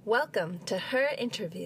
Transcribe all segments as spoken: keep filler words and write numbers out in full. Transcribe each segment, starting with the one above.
Welcome to Her Interview.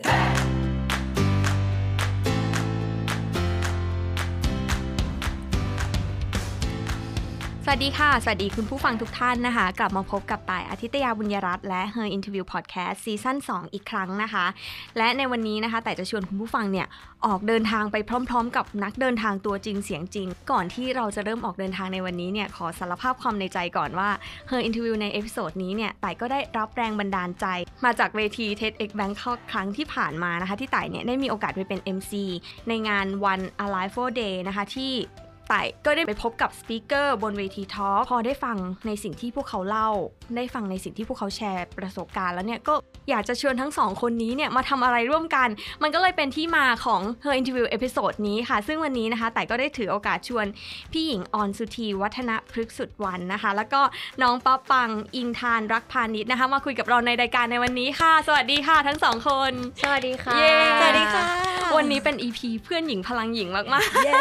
สวัสดีค่ะสวัสดีคุณผู้ฟังทุกท่านนะคะกลับมาพบกับต่ายอาทิตยาบุญยรัตน์และ Her Interview Podcast ซีซั่นสองอีกครั้งนะคะและในวันนี้นะคะต่ายจะชวนคุณผู้ฟังเนี่ยออกเดินทางไปพร้อมๆกับนักเดินทางตัวจริงเสียงจริงก่อนที่เราจะเริ่มออกเดินทางในวันนี้เนี่ยขอสารภาพความในใจก่อนว่า Her Interview ในเอพิโซดนี้เนี่ยต่ายก็ได้รับแรงบันดาลใจมาจากเวที TEDx Bangkok ครั้งที่ผ่านมานะคะที่ต่ายเนี่ยได้มีโอกาสไปเป็น เอ็ม ซี ในงาน One Alive for Day นะคะที่ต่ายก็ได้ไปพบกับสปีกเกอร์บนเวทีทอล์คพอได้ฟังในสิ่งที่พวกเขาเล่าได้ฟังในสิ่งที่พวกเขาแชร์ประสบการณ์แล้วเนี่ยก็อยากจะชวนทั้งสองคนนี้เนี่ยมาทำอะไรร่วมกันมันก็เลยเป็นที่มาของ Her Interview เอพิโซดนี้ค่ะซึ่งวันนี้นะคะต่ายก็ได้ถือโอกาสชวนพี่หญิงออนสุธีวัฒนพฤกษุวรรณนะคะแล้วก็น้องป๊อปปังอิงธานรักพานิชนะคะมาคุยกับเราในรายการในวันนี้ค่ะสวัสดีค่ะทั้งสองคนสวัสดีค่ะสวัสดีค่ะวันนี้เป็น อี พี เพื่อนหญิงพลังหญิงมากๆเย้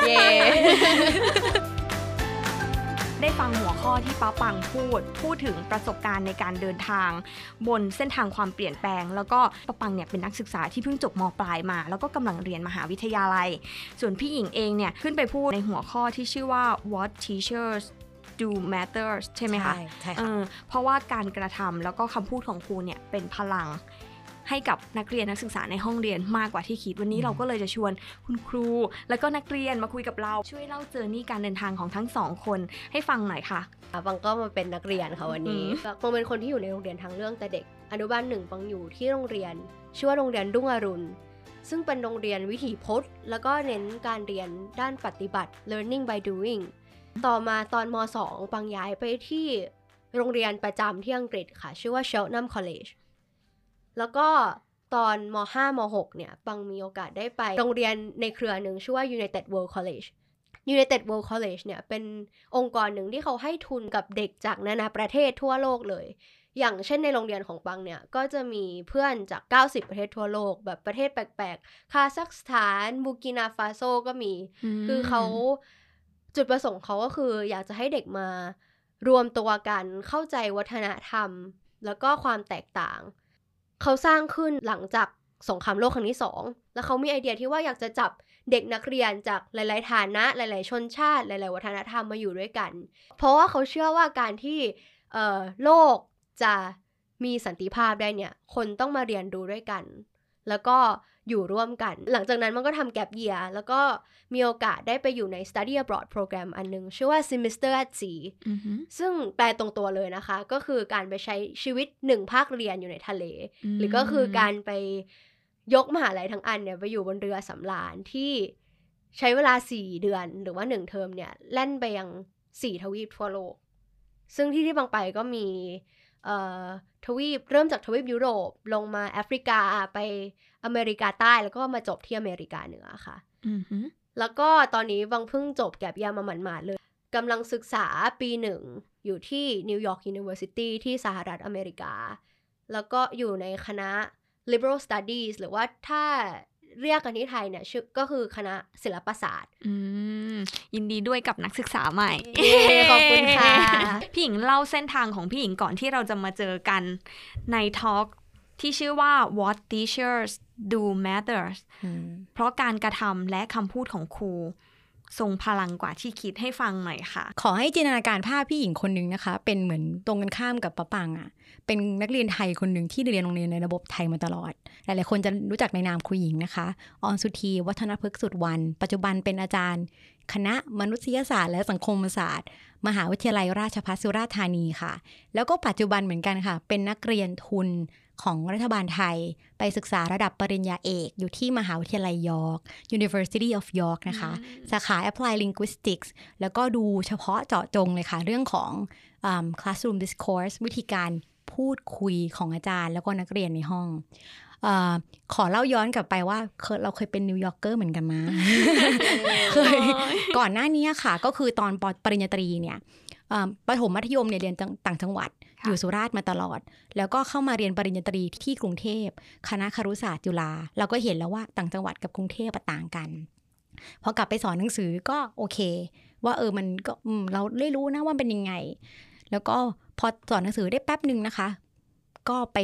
ได้ฟังหัวข้อที่ป๊าปังพูดพูดถึงประสบการณ์ในการเดินทางบนเส้นทางความเปลี่ยนแปลงแล้วก็ป๊าปังเนี่ยเป็นนักศึกษาที่เพิ่งจบม.ปลายมาแล้วก็กำลังเรียนมหาวิทยาลัยส่วนพี่หญิงเองเนี่ยขึ้นไปพูดในหัวข้อที่ชื่อว่า what teachers do matters ใช่ไหมคะใช่ใช่ค่ะเออเพราะว่าการกระทำแล้วก็คำพูดของครูเนี่ยเป็นพลังให้กับนักเรียนนักศึกษาในห้องเรียนมากกว่าที่คิดวันนี้เราก็เลยจะชวนคุณครูแล้วก็นักเรียนมาคุยกับเราช่วยเล่าเจอร์นี่การเดินทางของทั้งสองคนให้ฟังหน่อยค่ะปังก็มาเป็นนักเรียนค่ะวันนี้ปังเป็นคนที่อยู่ในโรงเรียนทางเรื่องแต่เด็กอนุบาลหนึ่งปังอยู่ที่โรงเรียนชื่อว่าโรงเรียนรุ่งอรุณซึ่งเป็นโรงเรียนวิถีพจน์แล้วก็เน้นการเรียนด้านปฏิบัติ learning by doing ต่อมาตอนม.สอง ปังย้ายไปที่โรงเรียนประจำที่อังกฤษค่ะชื่อว่า Cheltenham College แล้วก็ตอนม.ห้า ม.หก เนี่ยปังมีโอกาสได้ไปโรงเรียนในเครือหนึ่งชื่อว่า United World College United World College เนี่ยเป็นองค์กรหนึ่งที่เขาให้ทุนกับเด็กจากนานาประเทศทั่วโลกเลยอย่างเช่นในโรงเรียนของปังเนี่ยก็จะมีเพื่อนจากเก้าสิบประเทศทั่วโลกแบบประเทศแปลกๆคาซัคสถานบูกินาฟาโซก็มีคือเขาจุดประสงค์เขาก็คืออยากจะให้เด็กมารวมตัวกันเข้าใจวัฒนธรรมแล้วก็ความแตกต่างเขาสร้างขึ้นหลังจากสงครามโลกครั้งที่สองแล้วเขามีไอเดียที่ว่าอยากจะจับเด็กนักเรียนจากหลายๆฐานะหลายๆชนชาติหลายๆวัฒนธรรมมาอยู่ด้วยกันเพราะว่าเขาเชื่อว่าการที่เอ่อโลกจะมีสันติภาพได้เนี่ยคนต้องมาเรียนรู้ด้วยกันแล้วก็อยู่ร่วมกันหลังจากนั้นมันก็ทำแกปเยียร์แล้วก็มีโอกาสได้ไปอยู่ใน study abroad program อันนึงชื่อว่า semester at sea ซึ่งแปลตรงตัวเลยนะคะก็คือการไปใช้ชีวิตหนึ่งภาคเรียนอยู่ในทะเลหรือก็คือการไปยกมหาลัยทั้งอันเนี่ยไปอยู่บนเรือสำราญที่ใช้เวลาสี่เดือนหรือว่าหนึ่งเทอมเนี่ยแล่นไปยังสี่ทวีปทั่วโลกซึ่งที่ที่บางไปก็มีเอ่อทวีปเริ่มจากทวีปยุโรปลงมาแอฟริกาไปอเมริกาใต้แล้วก็มาจบที่อเมริกาเหนือค่ะ mm-hmm. แล้วก็ตอนนี้บางเพิ่งจบแกปเยียร์มาหมาดๆเลยกำลังศึกษาปีหนึ่งอยู่ที่นิวยอร์กยูนิเวอร์ซิตี้ที่สหรัฐอเมริกาแล้วก็อยู่ในคณะ liberal studies หรือว่าถ้าเรียกกันที่ไทยเนี่ยชื่อก็คือคณะศิลปศาสตร์อืมยินดีด้วยกับนักศึกษาใหม่ขอบคุณค่ะพี่หญิงเล่าเส้นทางของพี่หญิงก่อนที่เราจะมาเจอกันในทอล์กที่ชื่อว่า what teachers do matters เพราะการกระทำและคำพูดของครูทรงพลังกว่าที่คิดให้ฟังหน่อยค่ะขอให้จินตนาการภาพพี่หญิงคนนึงนะคะเป็นเหมือนตรงกันข้ามกับป๊าปังอ่ะเป็นนักเรียนไทยคนหนึ่งที่เรียนโรงเรียนในระบบไทยมาตลอดหลายๆคนจะรู้จักในนามครูหญิงนะคะออนสุธีวัฒนพฤกษุวรรณปัจจุบันเป็นอาจารย์คณะมนุษยศาสตร์และสังคมศาสตร์มหาวิทยาลัยราชภัฏสุราษฎร์ธานีค่ะแล้วก็ปัจจุบันเหมือนกันค่ะเป็นนักเรียนทุนของรัฐบาลไทยไปศึกษาระดับปริญญาเอกอยู่ที่มหาวิทยาลัยยอร์ก University of York นะคะสาขา Applied Linguistics แล้วก็ดูเฉพาะเจาะจงเลยค่ะเรื่องของ um, classroom discourse วิธีการพูดคุยของอาจารย์แล้วก็นักเรียนในห้องเอ่อขอเล่าย้อนกลับไปว่าเราเคยเป็นนิวยอร์กเกอร์เหมือนกันมา เคยก่อนหน้านี้ค่ะก็คือตอนปริญญาตรีเนี่ยประถมมัธยมเนี่ยเรียนต่างจังหวัดอยู่สุราษฎร์มาตลอดแล้วก็เข้ามาเรียนปริญญาตรีที่กรุงเทพคณะครุศาสตร์จุฬาเราก็เห็นแล้วว่าต่างจังหวัดกับกรุงเทพต่างกันพอกลับไปสอนหนังสือก็โอเคว่าเออมันก็เราได้รู้นะว่าเป็นยังไงแล้วก็พอสอนหนังสือได้แป๊บนึงนะคะก็ไป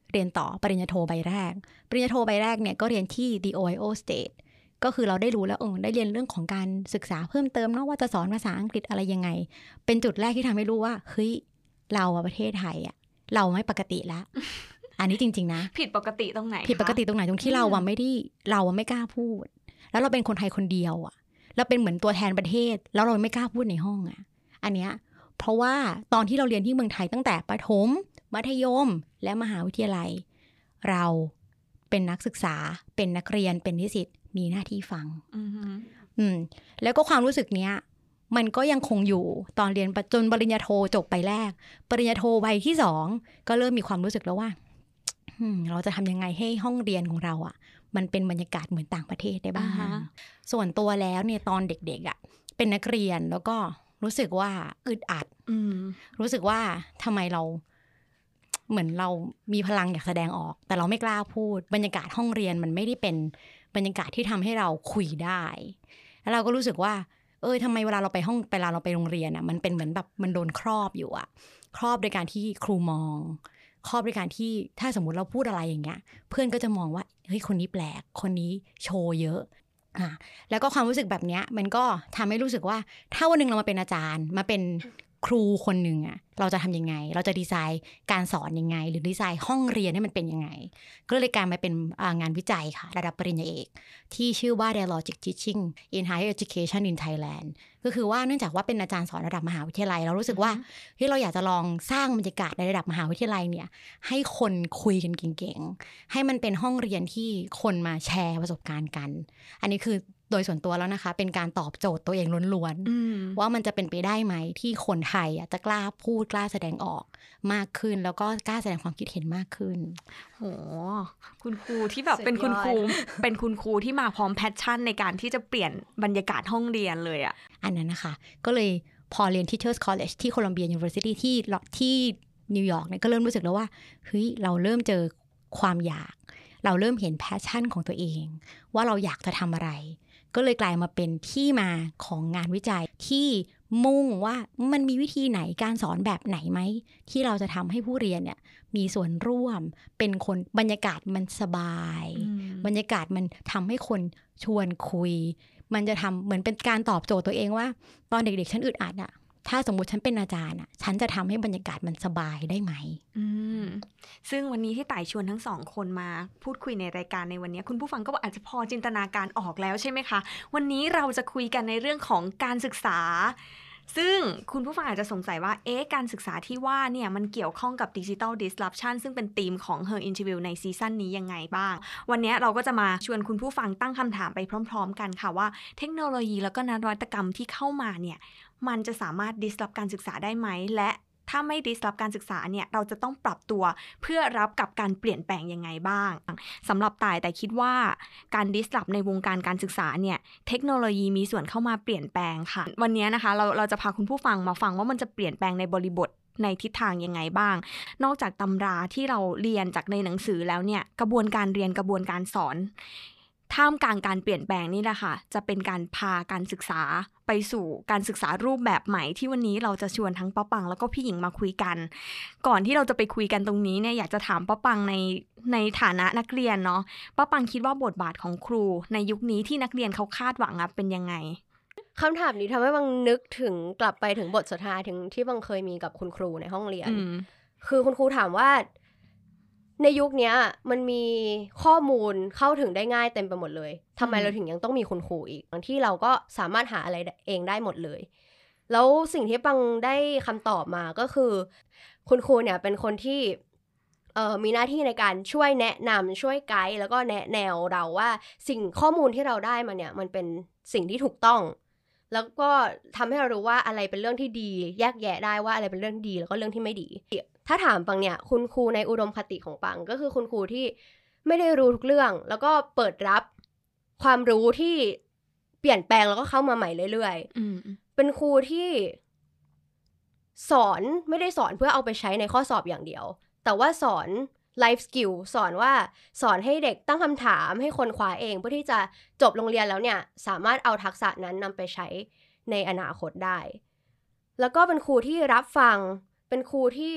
เรียนต่อปริญญาโทใบแรกปริญญาโทใบแรกเนี่ยก็เรียนที่ The Ohio State ก็คือเราได้รู้แล้วเออได้เรียนเรื่องของการศึกษาเพิ่มเติมเนาะว่าจะสอนภาษาอังกฤษอะไรยังไงเป็นจุดแรกที่ทำให้รู้ว่าเฮ้ยเราอะประเทศไทยอะเราไม่ปกติละ อันนี้จริงๆนะผิดปกติตรงไหนผิดปกติตรงไหนตรงที่เราอะไม่ได้เราอะไม่กล้าพูดแล้วเราเป็นคนไทยคนเดียวอะเราเป็นเหมือนตัวแทนประเทศแล้วเราไม่กล้าพูดในห้องอะอันเนี้ยเพราะว่าตอนที่เราเรียนที่เมืองไทยตั้งแต่ประถมมัธยมและมหาวิทยาลัยเราเป็นนักศึกษาเป็นนักเรียนเป็นนิสิตมีหน้าที่ฟัง mm-hmm. อืมแล้วก็ความรู้สึกเนี้ยมันก็ยังคงอยู่ตอนเรียนจนปริญญาโทจบไปแรกปริญญาโทใบที่สองก็เริ่มมีความรู้สึกแล้วว่าเราจะทำยังไงให้ห้องเรียนของเราอ่ะมันเป็นบรรยากาศเหมือนต่างประเทศได้บ้าง uh-huh. ส่วนตัวแล้วเนี่ยตอนเด็กๆอ่ะเป็นนักเรียนแล้วก็รู้สึกว่าอึดอัด mm. รู้สึกว่าทำไมเราเหมือนเรามีพลังอยากแสดงออกแต่เราไม่กล้าพูดบรรยากาศห้องเรียนมันไม่ได้เป็นบรรยากาศที่ทำให้เราคุยได้แล้วเราก็รู้สึกว่าเออทำไมเวลาเราไปห้องเวลาเราไปโรงเรียนอ่ะมันเป็นเหมือนแบบมันโดนครอบอยู่อ่ะครอบโดยการที่ครูมองครอบโดยการที่ถ้าสมมุติเราพูดอะไรอย่างเงี้ยเพื่อนก็จะมองว่าเฮ้ยคนนี้แปลกคนนี้โชว์เยอะอ่ะแล้วก็ความรู้สึกแบบเนี้ยมันก็ทำให้รู้สึกว่าถ้าวันนึงเรามาเป็นอาจารย์มาเป็นครูคนหนึ่งอะเราจะทำยังไงเราจะดีไซน์การสอนยังไงหรือดีไซน์ห้องเรียนให้มันเป็นยังไงก็เลยกลายมาเป็นงานวิจัยค่ะระดับปริญญาเอกที่ชื่อว่า Dialogic Teaching in Higher Education in Thailand ก็คือว่าเนื่องจากว่าเป็นอาจารย์สอนระดับมหาวิทยาลัยเรารู้สึกว่าเฮ้ยเราอยากจะลองสร้างบรรยากาศในระดับมหาวิทยาลัยเนี่ยให้คนคุยกันเก่งๆให้มันเป็นห้องเรียนที่คนมาแชร์ประสบการณ์กันอันนี้คือโดยส่วนตัวแล้วนะคะเป็นการตอบโจทย์ตัวเองล้วนๆว่ามันจะเป็นไปได้ไหมที่คนไทยจะกล้าพูดกล้าแสดงออกมากขึ้นแล้วก็กล้าแสดงความคิดเห็นมากขึ้นโหคุณครูที่แบบเป็นคุณครูเป็นคุณครูที่มาพร้อมแพชชั่นในการที่จะเปลี่ยนบรรยากาศห้องเรียนเลยอ่ะอันนั้นนะคะก็เลยพอเรียน Teachers College ที่ Columbia University ที่ที่นิวยอร์กเนี่ยก็เริ่มรู้สึกแล้วว่าเฮ้ยเราเริ่มเจอความอยากเราเริ่มเห็นแพชชั่นของตัวเองว่าเราอยากจะทำอะไรก็เลยกลายมาเป็นที่มาของงานวิจัยที่มุ่งว่ามันมีวิธีไหนการสอนแบบไหนไหมที่เราจะทำให้ผู้เรียนเนี่ยมีส่วนร่วมเป็นคนบรรยากาศมันสบายบรรยากาศมันทำให้คนชวนคุยมันจะทำเหมือนเป็นการตอบโจทย์ตัวเองว่าตอนเด็กๆฉันอึดอัดอะถ้าสมมุติฉันเป็นอาจารย์อ่ะฉันจะทำให้บรรยากาศมันสบายได้ไหมอืมซึ่งวันนี้ที่ต่ายชวนทั้งสองคนมาพูดคุยในรายการในวันนี้คุณผู้ฟังก็อาจจะพอจินตนาการออกแล้วใช่ไหมคะวันนี้เราจะคุยกันในเรื่องของการศึกษาซึ่งคุณผู้ฟังอาจจะสงสัยว่าเอ๊ะการศึกษาที่ว่าเนี่ยมันเกี่ยวข้องกับ Digital Disruption ซึ่งเป็นธีมของ Her Interview ในซีซั่นนี้ยังไงบ้างวันนี้เราก็จะมาชวนคุณผู้ฟังตั้งคำถามไปพร้อมๆกันค่ะว่าเทคโนโลยีแล้วก็นวัตกรรมที่เข้ามาเนี่ยมันจะสามารถ disrupt การศึกษาได้ไหมและถ้าไม่ disrupt การศึกษาเนี่ยเราจะต้องปรับตัวเพื่อรับกับการเปลี่ยนแปลงยังไงบ้างสำหรับต่ายแต่คิดว่าการ disrupt ในวงการการศึกษาเนี่ยเทคโนโลยีมีส่วนเข้ามาเปลี่ยนแปลงค่ะวันนี้นะคะเราเราจะพาคุณผู้ฟังมาฟังว่ามันจะเปลี่ยนแปลงในบริบทในทิศทางยังไงบ้างนอกจากตำราที่เราเรียนจากในหนังสือแล้วเนี่ยกระบวนการเรียนกระบวนการสอนท่ามกลางการเปลี่ยนแปลงนี่แหละค่ะจะเป็นการพาการศึกษาไปสู่การศึกษารูปแบบใหม่ที่วันนี้เราจะชวนทั้งป้าปังแล้วก็พี่หญิงมาคุยกันก่อนที่เราจะไปคุยกันตรงนี้เนี่ยอยากจะถามป้าปังในในฐานะนักเรียนเนาะป้าปังคิดว่าบทบาทของครูในยุคนี้ที่นักเรียนเขาคาดหวังอะเป็นยังไงคำถามนี้ทำให้บังนึกถึงกลับไปถึงบทสนทนาถึงที่บังเคยมีกับคุณครูในห้องเรียนคือคุณครูถามว่าในยุคนี้มันมีข้อมูลเข้าถึงได้ง่ายเต็มไปหมดเลยทำไมเราถึงยังต้องมีคุณครูอีกบางที่เราก็สามารถหาอะไรเองได้หมดเลยแล้วสิ่งที่ปังได้คำตอบมาก็คือคุณครูเนี่ยเป็นคนที่เอ่อมีหน้าที่ในการช่วยแนะนำช่วยไกด์แล้วก็แนะแนวเราว่าสิ่งข้อมูลที่เราได้มาเนี่ยมันเป็นสิ่งที่ถูกต้องแล้วก็ทำให้เรารู้ว่าอะไรเป็นเรื่องที่ดีแยกแยะได้ว่าอะไรเป็นเรื่องดีแล้วก็เรื่องที่ไม่ดีถ้าถามปังเนี่ยคุณครูในอุดมคติของปังก็คือคุณครูที่ไม่ได้รู้ทุกเรื่องแล้วก็เปิดรับความรู้ที่เปลี่ยนแปลงแล้วก็เข้ามาใหม่เรื่อยๆเป็นครูที่สอนไม่ได้สอนเพื่อเอาไปใช้ในข้อสอบอย่างเดียวแต่ว่าสอน life skill สอนว่าสอนให้เด็กตั้งคำถามให้คนคว้าเองเพื่อที่จะจบโรงเรียนแล้วเนี่ยสามารถเอาทักษะนั้นนำไปใช้ในอนาคตได้แล้วก็เป็นครูที่รับฟังเป็นครูที่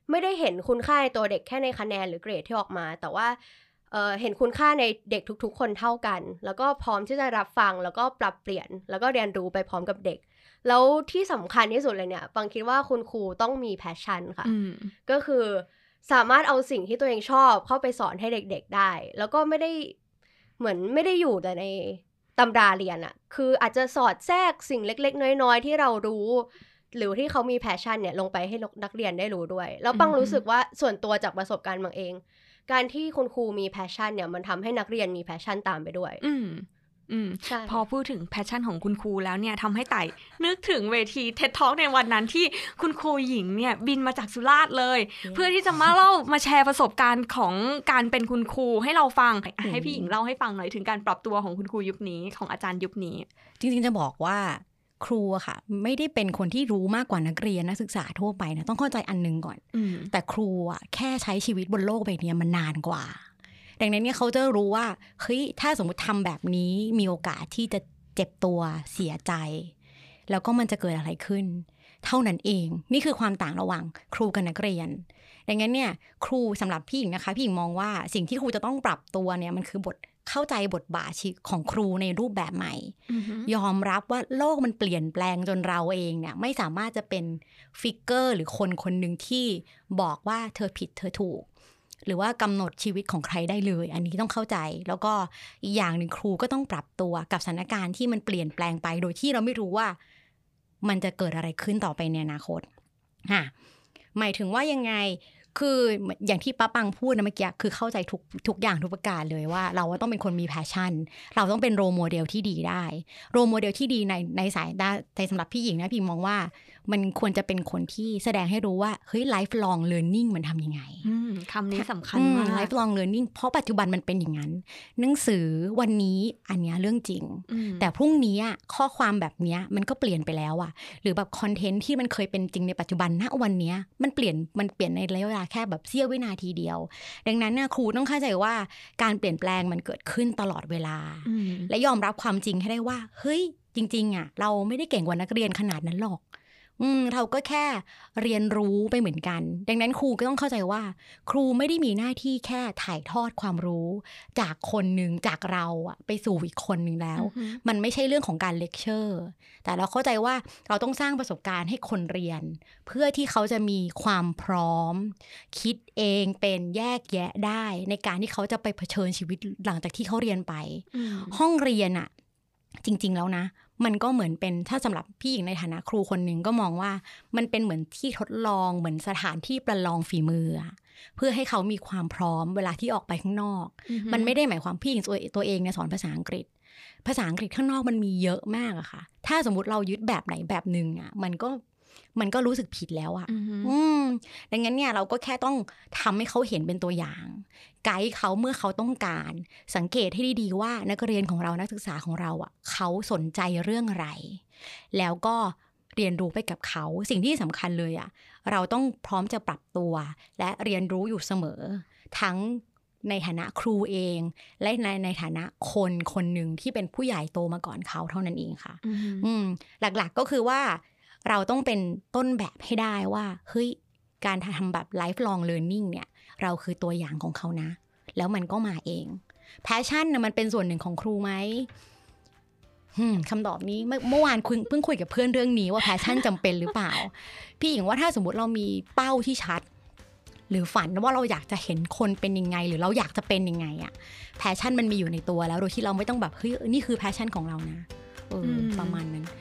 ไม่ได้เห็นคุณค่าในตัวเด็กแค่ในคะแนนหรือเกรดที่ออกมาแต่ว่าเอ่อเห็นคุณค่าในเด็กทุกๆคนเท่ากันแล้วก็พร้อมที่จะรับฟังแล้วก็ปรับเปลี่ยนแล้วก็เรียนรู้ไปพร้อมกับเด็กแล้วที่สำคัญที่สุดเลยเนี่ยปังคิดว่าคุณครูต้องมีแพชชั่นค่ะก็คือสามารถเอาสิ่งที่ตัวเองชอบเข้าไปสอนให้เด็กๆได้แล้วก็ไม่ได้เหมือนไม่ได้อยู่แต่ในตำราเรียนอะคืออาจจะสอดแทรกสิ่งเล็กๆน้อยๆที่เรารู้หรือที่เขามีแพชชั่นเนี่ยลงไปให้นักเรียนได้รู้ด้วยแล้วปังรู้สึกว่าส่วนตัวจากประสบการณ์ปังเองการที่คุณครูมีแพชชั่นเนี่ยมันทำให้นักเรียนมีแพชชั่นตามไปด้วยอืมอืมพอพูดถึงแพชชั่นของคุณครูแล้วเนี่ยทำให้ไต่นึกถึงเวที เท็ด Talk ในวันนั้นที่คุณครูหญิงเนี่ยบินมาจากสุราษฎร์เลย เพื่อที่จะมาเล่ามาแชร์ประสบการณ์ของการเป็นคุณครูให้เราฟังให้พี่หญิงเล่าให้ฟังหน่อยถึงการปรับตัวของคุณครูยุคนี้ของอาจารย์ยุคนี้จริงๆจะบอกว่าครูอะค่ะไม่ได้เป็นคนที่รู้มากกว่านักเรียนนักศึกษาทั่วไปนะต้องเข้าใจอันนึงก่อนแต่ครูอะแค่ใช้ชีวิตบนโลกใบนี้มันนานกว่าดังนั้นเนี่ยเขาจะรู้ว่าเฮ้ยถ้าสมมติทำแบบนี้มีโอกาสที่จะเจ็บตัวเสียใจแล้วก็มันจะเกิดอะไรขึ้นเท่านั้นเองนี่คือความต่างระหว่างครูกับนักเรียนดังนั้นเนี่ยครูสำหรับพี่หญิงนะคะพี่หญิงมองว่าสิ่งที่ครูจะต้องปรับตัวเนี่ยมันคือบทเข้าใจบทบาทของครูในรูปแบบใหม่ mm-hmm. ยอมรับว่าโลกมันเปลี่ยนแปลงจนเราเองเนี่ยไม่สามารถจะเป็นฟิกเกอร์หรือคนคนหนึ่งที่บอกว่าเธอผิดเธอถูกหรือว่ากำหนดชีวิตของใครได้เลยอันนี้ต้องเข้าใจแล้วก็อีกอย่างหนึ่งครูก็ต้องปรับตัวกับสถานการณ์ที่มันเปลี่ยนแปลงไปโดยที่เราไม่รู้ว่ามันจะเกิดอะไรขึ้นต่อไปในอนาคตฮะหมายถึงว่ายังไงคืออย่างที่ป้าปังพูดนะเมื่อกี้คือเข้าใจทุกทุกอย่างทุกประการเลยว่าเราต้องเป็นคนมีแพชชั่นเราต้องเป็นโรลโมเดลที่ดีได้โรลโมเดลที่ดีในในสายในสำหรับพี่หญิงนะพี่มองว่ามันควรจะเป็นคนที่แสดงให้รู้ว่าเฮ้ย lifelong learning มันทำยังไงคำนี้สำคัญมาก lifelong learning เพราะปัจจุบันมันเป็นอย่างนั้นหนังสือวันนี้อันนี้เรื่องจริงแต่พรุ่งนี้ข้อความแบบนี้มันก็เปลี่ยนไปแล้วอะหรือแบบคอนเทนต์ที่มันเคยเป็นจริงในปัจจุบันณวันนี้มันเปลี่ยนมันเปลี่ยนในระยะเวลาแค่แบบเสี้ยววินาทีเดียวดังนั้นเนี่ยครูต้องเข้าใจว่าการเปลี่ยนแปลงมันเกิดขึ้นตลอดเวลาและยอมรับความจริงให้ได้ว่าเฮ้ยจริงๆอะเราไม่ได้เก่งกว่านักเรียนขนาดนั้นหรอกอืมเราก็แค่เรียนรู้ไปเหมือนกันดังนั้นครูก็ต้องเข้าใจว่าครูไม่ได้มีหน้าที่แค่ถ่ายทอดความรู้จากคนหนึ่งจากเราอะไปสู่อีกคนหนึ่งแล้ว uh-huh. มันไม่ใช่เรื่องของการเลคเชอร์แต่เราเข้าใจว่าเราต้องสร้างประสบการณ์ให้คนเรียนเพื่อที่เขาจะมีความพร้อมคิดเองเป็นแยกแยะได้ในการที่เขาจะไปเผชิญชีวิตหลังจากที่เขาเรียนไป uh-huh. ห้องเรียนอะจริงๆแล้วนะมันก็เหมือนเป็นถ้าสำหรับพี่หญิงในฐานะครูคนหนึ่งก็มองว่ามันเป็นเหมือนที่ทดลองเหมือนสถานที่ประลองฝีมือเพื่อให้เขามีความพร้อมเวลาที่ออกไปข้างนอก mm-hmm. มันไม่ได้หมายความพี่หญิงตัวเองเนี่ยสอนภาษาอังกฤษภาษาอังกฤษข้างนอกมันมีเยอะมากอะค่ะถ้าสมมุติเรายึดแบบไหนแบบนึงอะมันก็มันก็รู้สึกผิดแล้วอะ mm-hmm. อืมดังนั้นเนี่ยเราก็แค่ต้องทำให้เขาเห็นเป็นตัวอย่างไกด์เขาเมื่อเขาต้องการสังเกตให้ดีๆว่านักเรียนของเรานักศึกษาของเราอะเขาสนใจเรื่องอะไรแล้วก็เรียนรู้ไปกับเขาสิ่งที่สำคัญเลยอะเราต้องพร้อมจะปรับตัวและเรียนรู้อยู่เสมอทั้งในฐานะครูเองและในในฐานะคนคนหนึ่งที่เป็นผู้ใหญ่โตมาก่อนเขาเท่านั้นเองค่ะ mm-hmm. อืมหลักๆก็คือว่าเราต้องเป็นต้นแบบให้ได้ว่าเฮ้ยการทำแบบ lifelong learning เนี่ยเราคือตัวอย่างของเขานะแล้วมันก็มาเอง passion นะมันเป็นส่วนหนึ่งของครูไหมคำตอบนี้เมื่อวานเพิ่งคุยกับเพื่อนเรื่องนี้ว่า passion จำเป็นหรือเปล่าพี่หญิงว่าถ้าสมมติเรามีเป้าที่ชัดหรือฝันว่าเราอยากจะเห็นคนเป็นยังไงหรือเราอยากจะเป็นยังไงอะ passion มันมีอยู่ในตัวแล้วโดยที่เราไม่ต้องแบบเฮ้ยนี่คือ passion ของเรานะเออประมาณนั้น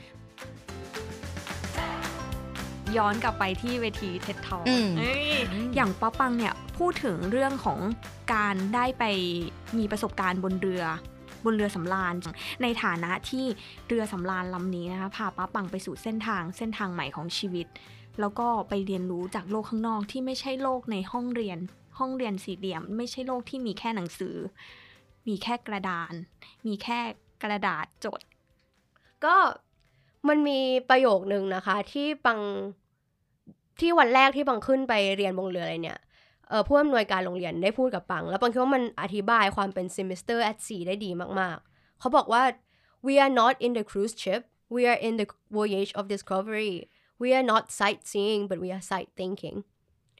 ย้อนกลับไปที่เวที เท็ด Talk อย่างป้าปังเนี่ยพูดถึงเรื่องของการได้ไปมีประสบการณ์บนเรือบนเรือสำราญในฐานะที่เรือสำราญลำนี้นะคะพาป้าปังไปสู่เส้นทางเส้นทางใหม่ของชีวิตแล้วก็ไปเรียนรู้จากโลกข้างนอกที่ไม่ใช่โลกในห้องเรียนห้องเรียนสี่เหลี่ยมไม่ใช่โลกที่มีแค่หนังสือมีแค่กระดานมีแค่กระดาษจดก็มันมีประโยคนึงนะคะที่ปังที่วันแรกที่ปังขึ้นไปเรียนบนเรืออะไรเนี่ยเอ่อผู้อำนวยการโรงเรียนได้พูดกับปังแล้วปังคิดว่ามันอธิบายความเป็น semester at sea ได้ดีมากๆเขาบอกว่า we are not in the cruise ship we are in the voyage of discovery we are not sightseeing but we are sight thinking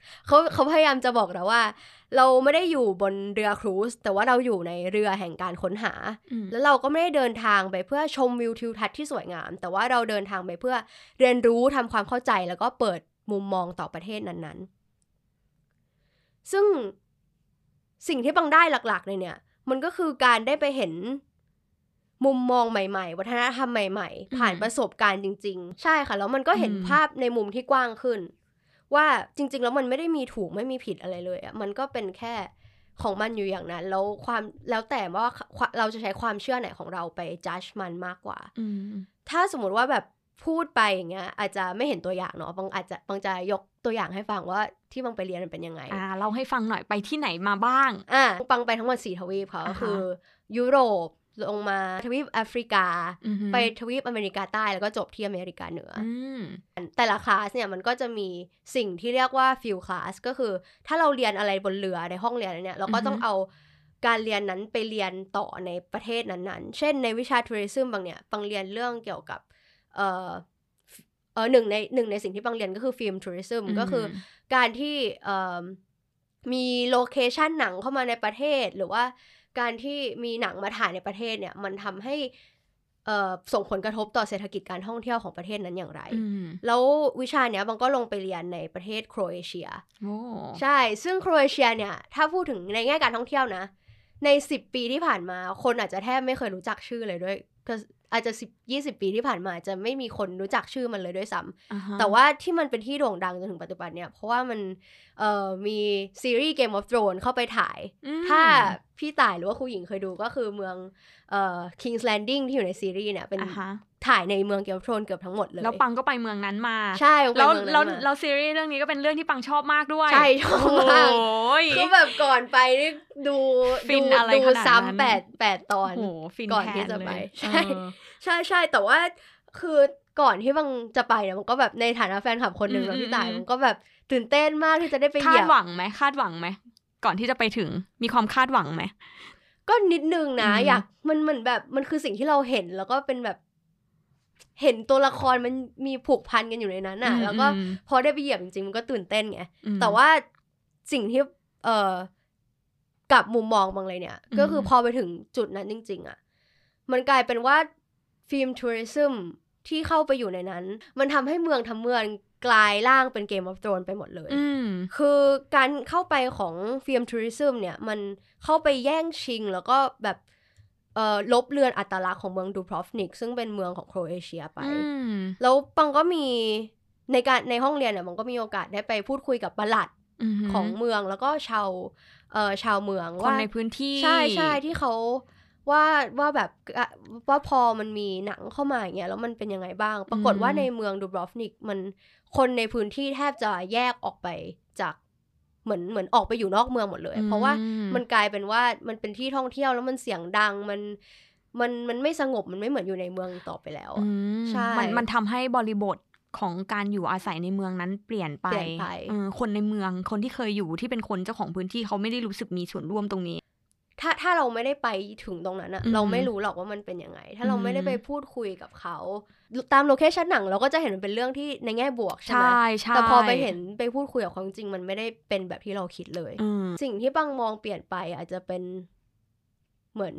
เขาเขาพยายามจะบอกเราว่าเราไม่ได้อยู่บนเรือครูซแต่ว่าเราอยู่ในเรือแห่งการค้นหาแล้วเราก็ไม่ได้เดินทางไปเพื่อชมวิวทิวทัศน์ที่สวยงามแต่ว่าเราเดินทางไปเพื่อเรียนรู้ทำความเข้าใจแล้วก็เปิดมุมมองต่อประเทศนั้นๆซึ่งสิ่งที่บังได้หลักๆเลยเนี่ยมันก็คือการได้ไปเห็นมุมมองใหม่ๆวัฒนธรรมใหม่ๆผ่านประสบการณ์จริงๆใช่ค่ะแล้วมันก็เห็นภาพในมุมที่กว้างขึ้นว่าจริงๆแล้วมันไม่ได้มีถูกไม่มีผิดอะไรเลยอ่ะมันก็เป็นแค่ของมันอยู่อย่างนั้นแล้วความแล้วแต่ว่าเราจะใช้ความเชื่อไหนของเราไปจัดมันมากกว่าถ้าสมมติว่าแบบพูดไปอย่างเงี้ยอาจจะไม่เห็นตัวอย่างเนาะบางอาจจะบางจะยกตัวอย่างให้ฟังว่าที่บางไปเรียนมันเป็นยังไงอ่าเล่าให้ฟังหน่อยไปที่ไหนมาบ้างอ่าบางไปทั้งหมดสี่ทวีปค่ะก็คือยุโรปลงมาทวีปแอฟริกาไปทวีปอเมริกาใต้แล้วก็จบที่อเมริกาเหนือแต่ละคลาสเนี่ยมันก็จะมีสิ่งที่เรียกว่าฟิลคลาสก็คือถ้าเราเรียนอะไรบนเรือในห้องเรียนเนี่ยเราก็ต้องเอาการเรียนนั้นไปเรียนต่อในประเทศนั้นๆเช่นในวิชาทัวริซึมบางเนี่ยบางเรียนเรื่องเกี่ยวกับเอ่อเออหนึ่งในหนึ่งในสิ่งที่บางเรียนก็คือฟิล์มทัวริซึมก็คือการที่เอ่อมีโลเคชันหนังเข้ามาในประเทศหรือว่าการที่มีหนังมาถ่ายในประเทศเนี่ยมันทำให้เอ่อส่งผลกระทบต่อเศรษฐกิจการท่องเที่ยวของประเทศนั้นอย่างไรแล้ววิชาเนี้ยบางก็ลงไปเรียนในประเทศโครเอเชียใช่ซึ่งโครเอเชียเนี่ยถ้าพูดถึงในแง่การท่องเที่ยวนะในสิบปีที่ผ่านมาคนอาจจะแทบไม่เคยรู้จักชื่อเลยด้วยอาจจะสิบ ยี่สิบปีที่ผ่านมาจะไม่มีคนรู้จักชื่อมันเลยด้วยซ้ำ uh-huh. แต่ว่าที่มันเป็นที่โด่งดังจนถึงปัจจุบันเนี่ยเพราะว่ามันเอ่อมีซีรีส์ Game of Thrones เข้าไปถ่าย mm. ถ้าพี่ต่ายหรือว่าครูหญิงเคยดูก็คือเมืองเอ่อ King's Landing ที่อยู่ในซีรีส์เนี่ยเป็น uh-huh. ถ่ายในเมือง Game of Thrones เกือบทั้งหมดเลยแล้วปังก็ไปเมืองนั้นมาใช่แล้วแล้วแล้วซีรีส์เรื่องนี้ก็เป็นเรื่องที่ปังชอบมากด้วยใช่ชอบมากคือแบบก่อนไปนี่ดูดูดูซ้ำแปด แปดตอนก่อนที่จะไปใช่ใช่ใช่แต่ว่าคือก่อนที่บังจะไปเนี่ยมันก็แบบในฐานะแฟนคลับคนหนึ่งแล้วพี่ต่ายมันก็แบบตื่นเต้นมากที่จะได้ไปเหยียบคาดหวังไหมคาดหวังไหมก่อนที่จะไปถึงมีความคาดหวังไหมก็นิดนึงนะอยากมันเหมือนแบบมันคือสิ่งที่เราเห็นแล้วก็เป็นแบบเห็นตัวละครมันมีผูกพันกันอยู่ในนั้นน่ะแล้วก็พอได้ไปเหยียบจริงๆมันก็ตื่นเต้นไงแต่ว่าสิ่งที่เอ่อกับมุมมองบางเลยเนี่ยก็คือพอไปถึงจุดนั้นจริงๆอ่ะมันกลายเป็นว่าฟิล์มทัวริซึมที่เข้าไปอยู่ในนั้นมันทำให้เมืองทั้งเมืองกลายร่างเป็น Game of Thrones ไปหมดเลยคือการเข้าไปของฟิล์มทัวริซึมเนี่ยมันเข้าไปแย่งชิงแล้วก็แบบเอ่อลบเลือนอัตลักษณ์ของเมืองดูพรอฟนิกซึ่งเป็นเมืองของโครเอเชียไปแล้วปังก็มีในการในห้องเรียนเนี่ยมันก็มีโอกาสได้ไปพูดคุยกับปลัดของเมืองแล้วก็ชาวเอ่อชาวเมืองว่าคนในพื้นที่ใช่ใช่ที่เขาว่าว่าแบบว่าพอมันมีหนังเข้ามาอย่างเงี้ยแล้วมันเป็นยังไงบ้างปรากฏว่าในเมืองดูบรอฟนิกมันคนในพื้นที่แทบจะแยกออกไปจากเหมือนเหมือนออกไปอยู่นอกเมืองหมดเลยเพราะว่ามันกลายเป็นว่ามันเป็นที่ท่องเที่ยวแล้วมันเสียงดังมันมันมันไม่สงบมันไม่เหมือนอยู่ในเมืองต่อไปแล้วใช่มันมันทำให้บริบทของการอยู่อาศัยในเมืองนั้นเปลี่ยนไปคนในเมืองคนที่เคยอยู่ที่เป็นคนเจ้าของพื้นที่เขาไม่ได้รู้สึกมีส่วนร่วมตรงนี้ถ้าถ้าเราไม่ได้ไปถึงตรงนั้นอะเราไม่รู้หรอกว่ามันเป็นยังไงถ้าเราไม่ได้ไปพูดคุยกับเขาตามโลเคชั่นหนังเราก็จะเห็นมันเป็นเรื่องที่ในแง่บวกใช่ไหมแต่พอไปเห็นไปพูดคุยกับเขาจริงๆมันไม่ได้เป็นแบบที่เราคิดเลยสิ่งที่ปังมองเปลี่ยนไปอาจจะเป็นเหมือน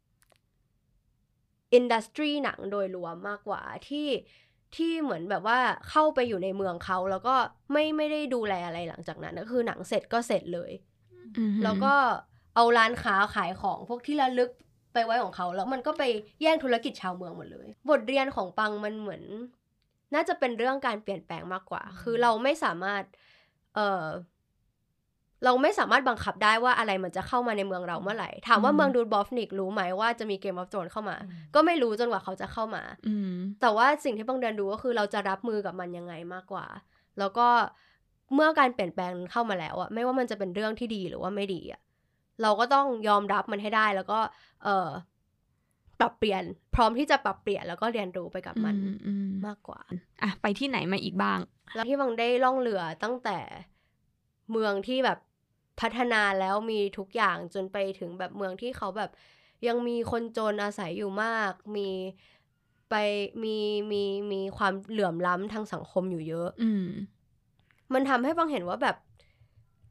อินดัสทรีหนังโดยรวมมากกว่าที่ที่เหมือนแบบว่าเข้าไปอยู่ในเมืองเขาแล้วก็ไม่ไม่ได้ดูแลอะไรหลังจากนั้นก็คือหนังเสร็จก็เสร็จเลยแล้วก็เอาร้านค้าขายของพวกที่ระลึกไปไว้ของเขาแล้วมันก็ไปแย่งธุรกิจชาวเมืองหมดเลยบทเรียนของปังมันเหมือนน่าจะเป็นเรื่องการเปลี่ยนแปลงมากกว่าคือเราไม่สามารถเออเราไม่สามารถบังคับได้ว่าอะไรมันจะเข้ามาในเมืองเราเมื่อไหร่ถามว่าเมืองดูบอฟนิกรู้ไหมว่าจะมีเกมออฟโธรนส์เข้ามาก็ไม่รู้จนกว่าเขาจะเข้ามาแต่ว่าสิ่งที่ปังเดินดูก็คือเราจะรับมือกับมันยังไงมากกว่าแล้วก็เมื่อการเปลี่ยนแปลงเข้ามาแล้วอะไม่ว่ามันจะเป็นเรื่องที่ดีหรือว่าไม่ดีอะเราก็ต้องยอมรับมันให้ได้แล้วก็เอ่อปรับเปลี่ยนพร้อมที่จะปรับเปลี่ยนแล้วก็เรียนรู้ไปกับมันมากกว่าอ่ะไปที่ไหนมาอีกบ้างแล้วที่บังได้ล่องเรือตั้งแต่เมืองที่แบบพัฒนาแล้วมีทุกอย่างจนไปถึงแบบเมืองที่เขาแบบยังมีคนจนอาศัยอยู่มากมีไปมีมีมีความเหลื่อมล้ำทางสังคมอยู่เยอะมันทำให้บังเห็นว่าแบบ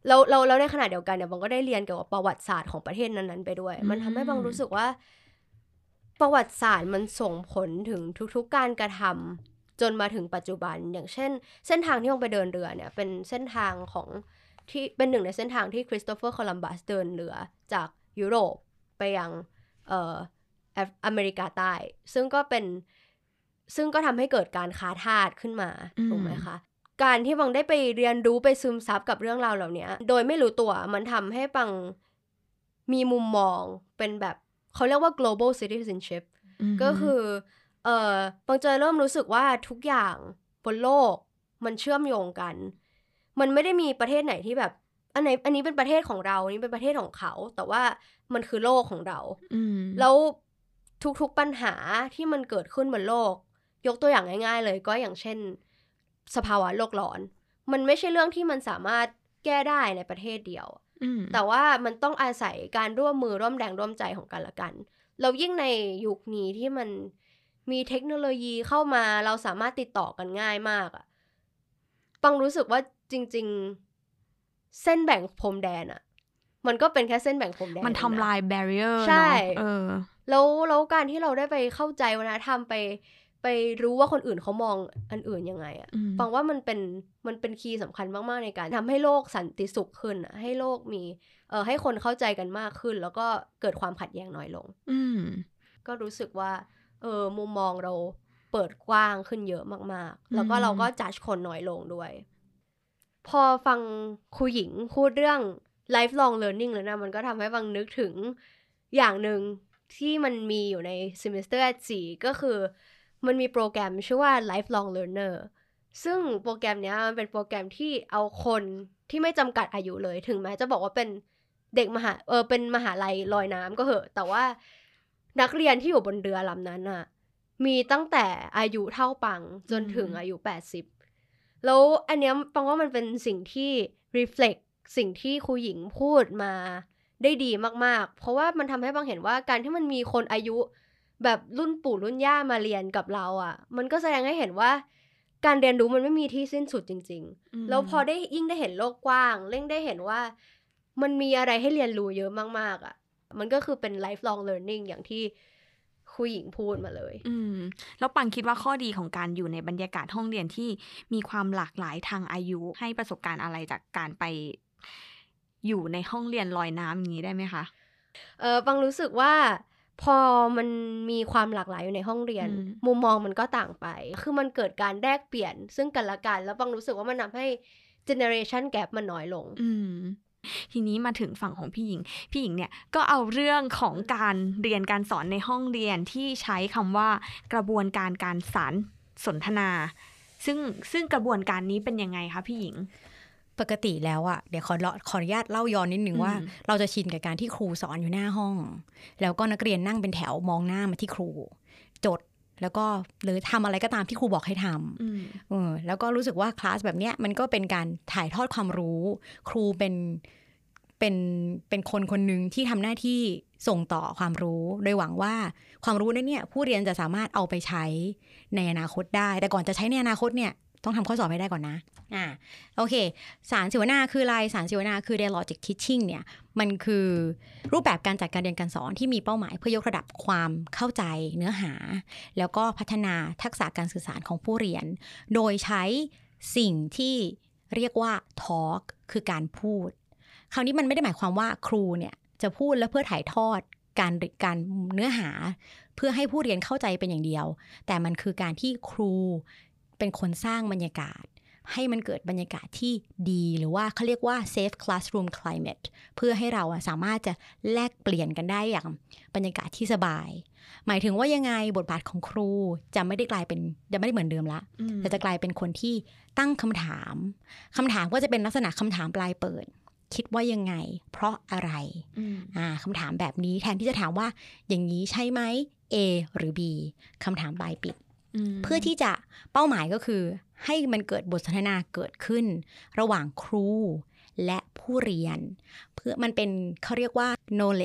เราเราเราในขณะเดียวกันเนี่ยบางก็ได้เรียนเกี่ยวกับประวัติศาสตร์ของประเทศนั้นๆไปด้วยมันทำให้บางรู้สึกว่าประวัติศาสตร์มันส่งผลถึงทุกๆการกระทำจนมาถึงปัจจุบันอย่างเช่นเส้นทางที่บางไปเดินเรือเนี่ยเป็นเส้นทางของที่เป็นหนึ่งในเส้นทางที่คริสโตเฟอร์โคลัมบัสเดินเรือจากยุโรปไปยังเอ่ออเมริกาใต้ซึ่งก็เป็นซึ่งก็ทำให้เกิดการค้าทาสขึ้นมาถูกไหมคะการที่บังได้ไปเรียนรู้ไปซึมซับกับเรื่องราวเหล่านี้โดยไม่รู้ตัวมันทำให้บังมีมุมมองเป็นแบบเขาเรียกว่า global citizenship ก็คือเอ่อบังจะเริ่มรู้สึกว่าทุกอย่างบนโลกมันเชื่อมโยงกันมันไม่ได้มีประเทศไหนที่แบบอันไหนอันนี้เป็นประเทศของเราอันนี้เป็นประเทศของเขาแต่ว่ามันคือโลกของเราแล้วทุกๆปัญหาที่มันเกิดขึ้นบนโลกยกตัวอย่างง่ายๆเลยก็อย่างเช่นสภาวะโลกร้อนมันไม่ใช่เรื่องที่มันสามารถแก้ได้ในประเทศเดียวแต่ว่ามันต้องอาศัยการร่วมมือร่วมแรงร่วมใจของกันและกันแล้วยิ่งในยุคนี้ที่มันมีเทคโนโลยีเข้ามาเราสามารถติดต่อกันง่ายมากอะปังรู้สึกว่าจริงๆเส้นแบ่งพรมแดนอะมันก็เป็นแค่เส้นแบ่งพรมแดนมันทำลายแบรียร์ใช่เออแล้วแล้วการที่เราได้ไปเข้าใจวัฒนธรรมไปไปรู้ว่าคนอื่นเขามองอันอื่นยังไงอะฟังว่ามันเป็นมันเป็นคีย์สำคัญมากๆในการทำให้โลกสันติสุขขึ้นอะให้โลกมีเอ่อให้คนเข้าใจกันมากขึ้นแล้วก็เกิดความขัดแย้งน้อยลงอืมก็รู้สึกว่าเออมุมมองเราเปิดกว้างขึ้นเยอะมากๆแล้วก็เราก็จัดคนน้อยลงด้วยพอฟังครูหญิงพูดเรื่อง lifelong learning แล้วนะมันก็ทำให้ฟังนึกถึงอย่างหนึ่งที่มันมีอยู่ใน semester สี่ก็คือมันมีโปรแกรมชื่อว่า lifelong learner ซึ่งโปรแกรมนี้มันเป็นโปรแกรมที่เอาคนที่ไม่จำกัดอายุเลยถึงแม้จะบอกว่าเป็นเด็กมหาเออเป็นมหาลัยลอยน้ำก็เหอะแต่ว่านักเรียนที่อยู่บนเรือลำนั้นน่ะมีตั้งแต่อายุเท่าปังจนถึงอายุแปดสิบแล้วอันเนี้ยปังว่ามันเป็นสิ่งที่ reflect สิ่งที่ครูหญิงพูดมาได้ดีมากๆเพราะว่ามันทำให้ปังเห็นว่าการที่มันมีคนอายุแบบรุ่นปู่รุ่นย่ามาเรียนกับเราอ่ะมันก็แสดงให้เห็นว่าการเรียนรู้มันไม่มีที่สิ้นสุดจริงๆแล้วพอได้ยิ่งได้เห็นโลกกว้างเร่งได้เห็นว่ามันมีอะไรให้เรียนรู้เยอะมากๆอ่ะมันก็คือเป็น lifelong learning อย่างที่ครูหญิงพูดมาเลยอืมแล้วปังคิดว่าข้อดีของการอยู่ในบรรยากาศห้องเรียนที่มีความหลากหลายทางอายุให้ประสบการณ์อะไรจากการไปอยู่ในห้องเรียนลอยน้ำอย่างนี้ได้ไหมคะเออปังรู้สึกว่าพอมันมีความหลากหลายอยู่ในห้องเรียนมุมมองมันก็ต่างไปคือมันเกิดการแลกเปลี่ยนซึ่งกันและกันแล้วปังรู้สึกว่ามันทำให้ generation gap มันน้อยลงอืมทีนี้มาถึงฝั่งของพี่หญิงพี่หญิงเนี่ยก็เอาเรื่องของการเรียนการสอนในห้องเรียนที่ใช้คำว่ากระบวนการการสารสนทนาซึ่งซึ่งกระบวนการนี้เป็นยังไงคะพี่หญิงปกติแล้วอ่ะเดี๋ยวขอขออนุญาตเล่าย้อนนิดนึงว่าเราจะชินกับการที่ครูสอนอยู่หน้าห้องแล้วก็นักเรียนนั่งเป็นแถวมองหน้ามาที่ครูจดแล้วก็หรือทำอะไรก็ตามที่ครูบอกให้ทำเออแล้วก็รู้สึกว่าคลาสแบบเนี้ยมันก็เป็นการถ่ายทอดความรู้ครูเป็นเป็นเป็นคนคนหนึ่งที่ทำหน้าที่ส่งต่อความรู้โดยหวังว่าความรู้นั้นเนี่ยผู้เรียนจะสามารถเอาไปใช้ในอนาคตได้แต่ก่อนจะใช้ในอนาคตเนี่ยต้องทำข้อสอบให้ได้ก่อนนะอ่าโอเคสารเสวนาคืออะไรสารเสวนาคือ dialogic teaching เนี่ยมันคือรูปแบบการจัดการเรียนการสอนที่มีเป้าหมายเพื่อยกระดับความเข้าใจเนื้อหาแล้วก็พัฒนาทักษะการสื่อสารของผู้เรียนโดยใช้สิ่งที่เรียกว่า talk คือการพูดคราวนี้มันไม่ได้หมายความว่าครูเนี่ยจะพูดแล้วเพื่อถ่ายทอดการการเนื้อหาเพื่อให้ผู้เรียนเข้าใจเป็นอย่างเดียวแต่มันคือการที่ครูเป็นคนสร้างบรรยากาศให้มันเกิดบรรยากาศที่ดีหรือว่าเขาเรียกว่า safe classroom climate เพื่อให้เราสามารถจะแลกเปลี่ยนกันได้อย่างบรรยากาศที่สบายหมายถึงว่ายังไงบทบาทของครูจะไม่ได้กลายเป็นจะไม่ได้เหมือนเดิมละแต่จะกลายเป็นคนที่ตั้งคำถามคำถามก็จะเป็นลักษณะคำถามปลายเปิดคิดว่ายังไงเพราะอะไรอ่าคำถามแบบนี้แทนที่จะถามว่าอย่างนี้ใช่ไหม A หรือ B คำถามปลายปิดเพื่อที่จะเป้าหมายก็คือให้มันเกิดบทสนทนาเกิดขึ้นระหว่างครูและผู้เรียนเพื่อมันเป็นเขาเรียกว่า knowledge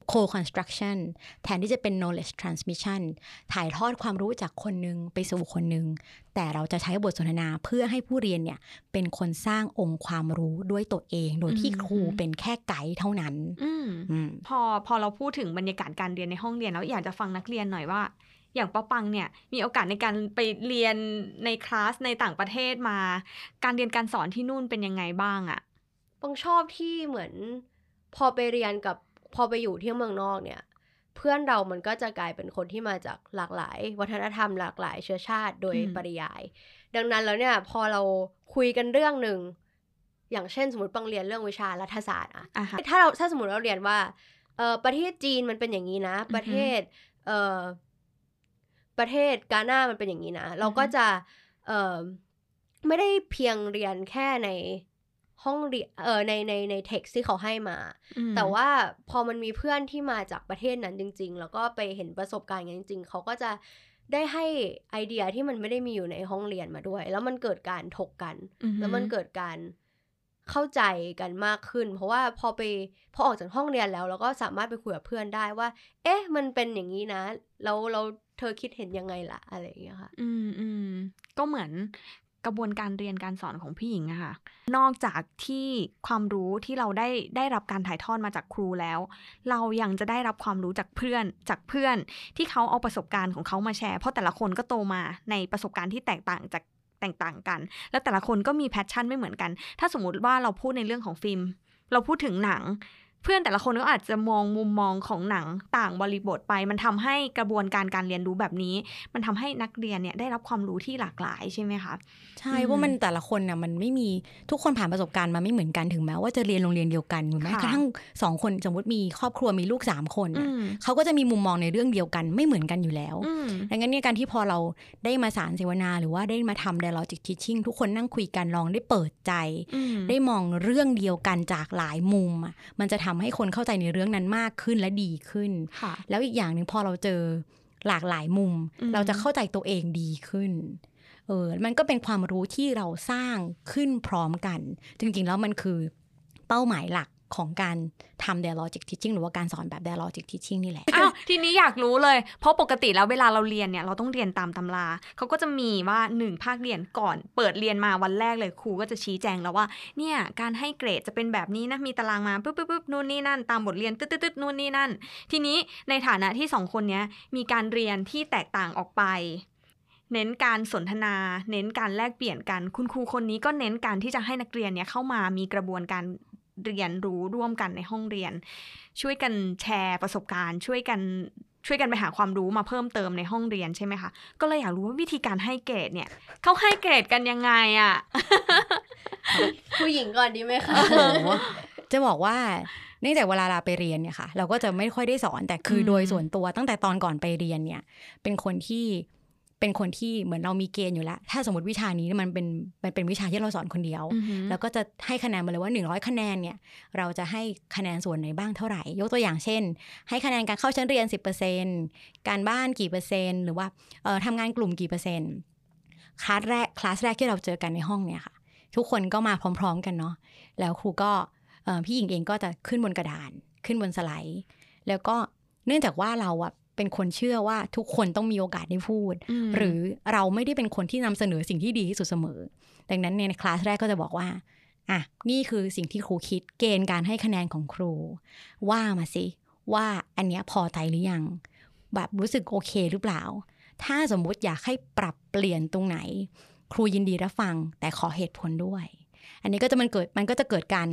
co-construction แทนที่จะเป็น knowledge transmission ถ่ายทอดความรู้จากคนนึงไปสู่คนนึงแต่เราจะใช้บทสนทนาเพื่อให้ผู้เรียนเนี่ยเป็นคนสร้างองค์ความรู้ด้วยตัวเองโดยที่ครูเป็นแค่ไกด์เท่านั้นพอพอเราพูดถึงบรรยากาศการเรียนในห้องเรียนแล้วอยากจะฟังนักเรียนหน่อยว่าอย่างป้าปังเนี่ยมีโอกาสในการไปเรียนในคลาสในต่างประเทศมาการเรียนการสอนที่นู่นเป็นยังไงบ้างอะปังชอบที่เหมือนพอไปเรียนกับพอไปอยู่ที่เมืองนอกเนี่ยเพื่อนเรามันก็จะกลายเป็นคนที่มาจากหลากหลายวัฒนธรรมหลากหลายเชื้อชาติโดยปริยายดังนั้นแล้วเนี่ยพอเราคุยกันเรื่องนึงอย่างเช่นสมมติปังเรียนเรื่องวิชารัฐศาสตร์อะถ้าเราถ้าสมมติเราเรียนว่าเออประเทศจีนมันเป็นอย่างนี้นะประเทศเออประเทศกาน่ามันเป็นอย่างนี้นะเราก็จะเออไม่ได้เพียงเรียนแค่ในห้องเรียนเออในในในเท็กซ์ที่เขาให้มาแต่ว่าพอมันมีเพื่อนที่มาจากประเทศนั้นจริงๆแล้วก็ไปเห็นประสบการณ์กันจริงๆเขาก็จะได้ให้ไอเดียที่มันไม่ได้มีอยู่ในห้องเรียนมาด้วยแล้วมันเกิดการถกกันแล้วมันเกิดการเข้าใจกันมากขึ้นเพราะว่าพอไปพอออกจากห้องเรียนแล้วเราก็สามารถไปคุยกับเพื่อนได้ว่าเอ๊ะมันเป็นอย่างนี้นะแล้วเราเธอคิดเห็นยังไงล่ะอะไรอย่างเงี้ยค่ะอืมอืมก็เหมือนกระบวนการเรียนการสอนของพี่หญิงอะค่ะนอกจากที่ความรู้ที่เราได้ได้รับการถ่ายทอดมาจากครูแล้วเรายังจะได้รับความรู้จากเพื่อนจากเพื่อนที่เขาเอาประสบการณ์ของเขามาแชร์เพราะแต่ละคนก็โตมาในประสบการณ์ที่แตกต่างจากแตกต่างกันแล้วแต่ละคนก็มีแพชชั่นไม่เหมือนกันถ้าสมมุติว่าเราพูดในเรื่องของฟิล์มเราพูดถึงหนังเพื่อนแต่ละคนก็อาจจะมองมุมมองของหนังต่างบริบทไปมันทำให้กระบวนการการเรียนรู้แบบนี้มันทำให้นักเรียนเนี่ยได้รับความรู้ที่หลากหลายใช่ไหมคะใช่เพราะมันแต่ละคนน่ะมันไม่มีทุกคนผ่านประสบการณ์มาไม่เหมือนกันถึงแม้ว่าจะเรียนโรงเรียนเดียวกันหรือแม้กระทั่งสองคนสมมติมีครอบครัวมีลูกสามคนเขาก็จะมีมุมมองในเรื่องเดียวกันไม่เหมือนกันอยู่แล้วดังนั้นเนี่ยการที่พอเราได้มาสารเสวนาหรือว่าได้มาทำ dialogic teaching ทุกคนนั่งคุยกันลองได้เปิดใจได้มองเรื่องเดียวกันจากหลายมุมมันจะทำให้คนเข้าใจในเรื่องนั้นมากขึ้นและดีขึ้นแล้วอีกอย่างนึงพอเราเจอหลากหลายมุมเราจะเข้าใจตัวเองดีขึ้นเออมันก็เป็นความรู้ที่เราสร้างขึ้นพร้อมกันจริงๆแล้วมันคือเป้าหมายหลักของการทำ dialogic teaching หรือว่าการสอนแบบ dialogic teaching นี่แหละอ้าวทีนี้อยากรู้เลยเพราะปกติแล้วเวลาเราเรียนเนี่ยเราต้องเรียนตามตำราเขาก็จะมีว่าหนึ่งภาคเรียนก่อนเปิดเรียนมาวันแรกเลยครูก็จะชี้แจงแล้วว่าเนี่ยการให้เกรดจะเป็นแบบนี้นะมีตารางมาปึ๊บปึ๊บปึ๊บนู่นนี่นั่นตามบทเรียนตึ๊ดตึ๊ดตึ๊ดนู่นนี่นั่นทีนี้ในฐานะที่สองคนเนี้ยมีการเรียนที่แตกต่างออกไปเน้นการสนทนาเน้นการแลกเปลี่ยนกันคุณครูคนนี้ก็เน้นการที่จะให้นักเรียนเนี่ยเข้ามามีกระบวนการเรียนรู้ร่วมกันในห้องเรียนช่วยกันแชร์ประสบการณ์ช่วยกันช่วยกันไปหาความรู้มาเพิ่มเติมในห้องเรียนใช่ไหมคะก็เลยอยากรู้ว่าวิธีการให้เกรดเนี่ยเขาให้เกรดกันยังไงอ่ะผู้หญิงก่อนดีไหมคะจะบอกว่าเนื่องจากเวลาเราไปเรียนเนี่ยค่ะเราก็จะไม่ค่อยได้สอนแต่คือโดยส่วนตัวตั้งแต่ตอนก่อนไปเรียนเนี่ยเป็นคนที่เป็นคนที่เหมือนเรามีเกณฑ์อยู่แล้วถ้าสมมติวิชานี้มันเป็นมันเป็นวิชาที่เราสอนคนเดียว mm-hmm. แล้วก็จะให้คะแนนมาเลยว่าหนึ่งร้อยคะแนนเนี่ยเราจะให้คะแนนส่วนไหนบ้างเท่าไหร่ยกตัวอย่างเช่นให้คะแนนการเข้าชั้นเรียน สิบเปอร์เซ็นต์ การบ้านกี่เปอร์เซ็นต์หรือว่าเอ่อทำงานกลุ่มกี่เปอร์เซ็นต์คลาสแรกคลาสแรกที่เราเจอกันในห้องเนี่ยค่ะทุกคนก็มาพร้อมๆกันเนาะแล้วครูก็เอ่อพี่หญิงเองก็จะขึ้นบนกระดานขึ้นบนสไลด์แล้วก็เนื่องจากว่าเราอะเป็นคนเชื่อว่าทุกคนต้องมีโอกาสได้พูดหรือเราไม่ได้เป็นคนที่นำเสนอสิ่งที่ดีที่สุดเสมอดังนั้นในคลาสแรกก็จะบอกว่าอ่ะนี่คือสิ่งที่ครูคิดเกณฑ์การให้คะแนนของครูว่ามาสิว่าอันเนี้ยพอใจหรือยังแบบรู้สึกโอเคหรือเปล่าถ้าสมมุติอยากให้ปรับเปลี่ยนตรงไหนครูยินดีรับฟังแต่ขอเหตุผลด้วยอันนี้ก็จะมันเกิดมันก็จะเกิดการ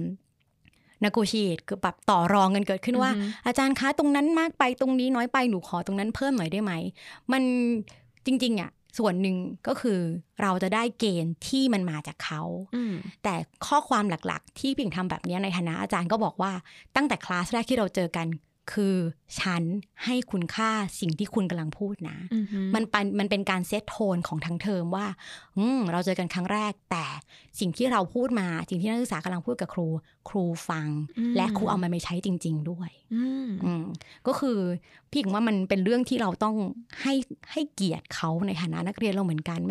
negotiate คือแบบต่อรองกันเกิดขึ้นว่า mm-hmm. อาจารย์คะตรงนั้นมากไปตรงนี้น้อยไปหนูขอตรงนั้นเพิ่มหน่อยได้ไหมมันจริงๆอ่ะส่วนหนึ่งก็คือเราจะได้เกณฑ์ที่มันมาจากเขา mm. แต่ข้อความหลักๆที่พี่หญิงทำแบบนี้ในฐานะอาจารย์ก็บอกว่าตั้งแต่คลาสแรกที่เราเจอกันคือฉันให้คุณค่าสิ่งที่คุณกำลังพูดนะ mm-hmm. มันเป็นมันเป็นการเซตโทนของทั้งเทอมว่าอืมเราเจอกันครั้งแรกแต่สิ่งที่เราพูดมาสิ่งที่นักศึกษากำลังพูดกับครูครูฟัง mm-hmm. และครูเอามันไปใช้จริงๆด้วย mm-hmm. อืมก็คือพี่หญิงว่ามันเป็นเรื่องที่เราต้องให้ให้เกียรติเขาในฐานะนักเรียนเราเหมือนกันไม่ใช่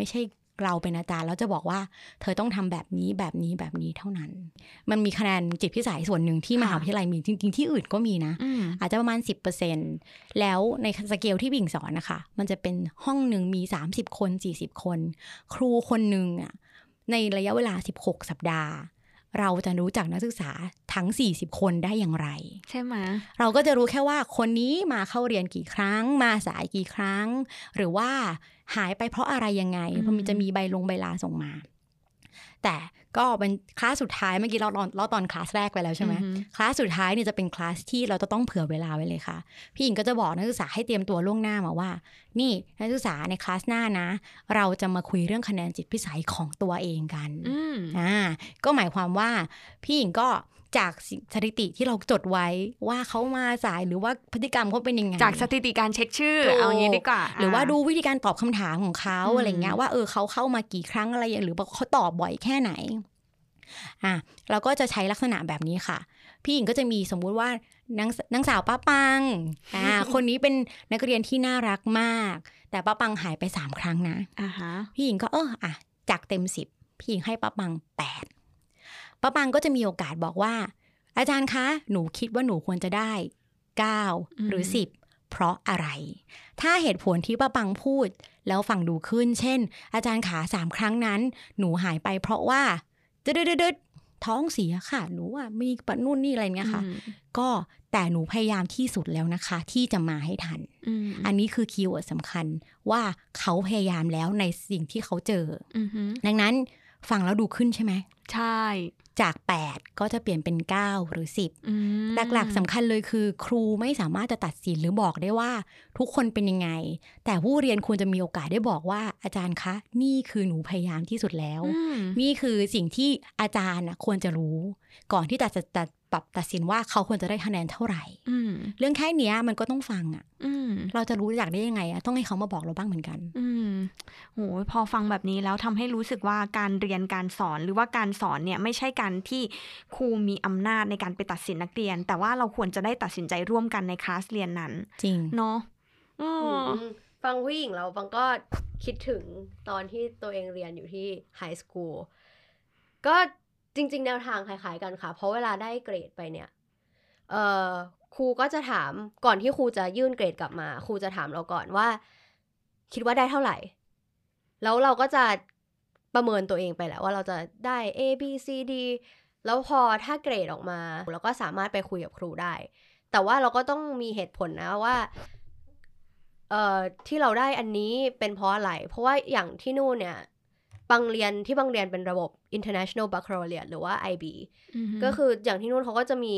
เราเป็นอาจารย์แล้วจะบอกว่าเธอต้องทำแบบนี้แบบนี้แบบนี้เท่านั้นมันมีคะแนนจิตพิสัยส่วนหนึ่งที่มหาวิทยาลัยมีจริงๆที่อื่นก็มีนะอาจจะประมาณ สิบเปอร์เซ็นต์ แล้วในสเกลที่บิ่งสอนนะคะมันจะเป็นห้องนึงมีสามสิบคนสี่สิบคนครูคนนึงอ่ะในระยะเวลาสิบหกสัปดาห์เราจะรู้จักนักศึกษาทั้งสี่สิบคนได้อย่างไรใช่ไหมเราก็จะรู้แค่ว่าคนนี้มาเข้าเรียนกี่ครั้งมาสายกี่ครั้งหรือว่าหายไปเพราะอะไรยังไงเพราะมันจะมีใบลงใบลาส่งมาแต่ก็เป็นคลาสสุดท้ายเมื่อกี้เราเราตอนคลาสแรกไปแล้วใช่ไหมคลาสสุดท้ายเนี่ยจะเป็นคลาสที่เราจะต้องเผื่อเวลาไว้เลยค่ะพี่หญิงก็จะบอกนักศึกษาให้เตรียมตัวล่วงหน้ามาว่านี่นักศึกษาในคลาสหน้านะเราจะมาคุยเรื่องคะแนนจิตพิสัยของตัวเองกันอ่าก็หมายความว่าพี่หญิงก็จากสถิติที่เราจดไว้ว่าเขามาสายหรือว่าพฤติกรรมเขาเป็นยังไงจากสถิติการเช็คชื่อเอาอย่างนี้ดีกว่าหรือว่าดูวิธีการตอบคำถามของเขาอะไรเงี้ยว่าเออเขาเข้ามากี่ครั้งอะไรหรือเขาตอบบ่อยแค่ไหนอ่ะเราก็จะใช้ลักษณะแบบนี้ค่ะพี่หญิงก็จะมีสมมุติว่านางนางสาวป้าปังอ่า คนนี้เป็นนักเรียนที่น่ารักมากแต่ป้าปังหายไปสามครั้งนะอ่าฮะพี่หญิงก็เอออ่ะจากเต็มสิบพี่หญิงให้ป้าปังแปดป้าปังก็จะมีโอกาสบอกว่าอาจารย์คะหนูคิดว่าหนูควรจะได้เก้าหรือสิบเพราะอะไรถ้าเหตุผลที่ป้าปังพูดแล้วฟังดูขึ้นเช่นอาจารย์ขาสามครั้งนั้นหนูหายไปเพราะว่าดึดๆๆท้องเสียค่ะหนูว่ามีปะนู่นนี่อะไรเงี้ยค่ะก็แต่หนูพยายามที่สุดแล้วนะคะที่จะมาให้ทัน อ, อันนี้คือคีย์เวิร์ดสำคัญว่าเขาพยายามแล้วในสิ่งที่เขาเจอดังนั้นฟังแล้วดูขึ้นใช่ไหมใช่จากแปดก็จะเปลี่ยนเป็นเก้าหรือสิบหลักๆสำคัญเลยคือครูไม่สามารถจะตัดสินหรือบอกได้ว่าทุกคนเป็นยังไงแต่ผู้เรียนควรจะมีโอกาสได้บอกว่าอาจารย์คะนี่คือหนูพยายามที่สุดแล้วนี่คือสิ่งที่อาจารย์ควรจะรู้ก่อนที่จะจะปรับตัดสินว่าเขาควรจะได้คะแนนเท่าไหร่เรื่องแค่นี้มันก็ต้องฟังอ่ะเราจะรู้จักได้ยังไงอ่ะต้องให้เขามาบอกเราบ้างเหมือนกันอืมโหพอฟังแบบนี้แล้วทำให้รู้สึกว่าการเรียนการสอนหรือว่าการสอนเนี่ยไม่ใช่การที่ครูมีอำนาจในการไปตัดสินนักเรียนแต่ว่าเราควรจะได้ตัดสินใจร่วมกันในคลาสเรียนนั้นจริงเนาะฟังผู้หญิงเราฟังก็คิดถึงตอนที่ตัวเองเรียนอยู่ที่ไฮสคูลก็จริงๆแนวทางคล้ายๆกันค่ะเพราะเวลาได้เกรดไปเนี่ยเอ่อครูก็จะถามก่อนที่ครูจะยื่นเกรดกลับมาครูจะถามเราก่อนว่าคิดว่าได้เท่าไหร่แล้วเราก็จะประเมินตัวเองไปแหละว่าเราจะได้ A B C D แล้วพอถ้าเกรดออกมาเราก็สามารถไปคุยกับครูได้แต่ว่าเราก็ต้องมีเหตุผลนะว่าเอ่อที่เราได้อันนี้เป็นเพราะอะไรเพราะว่าอย่างที่นู่นเนี่ยบางเรียนที่บางเรียนเป็นระบบ International Baccalaureate หรือว่า ไอ บี mm-hmm. ก็คืออย่างที่นู่นเขาก็จะมี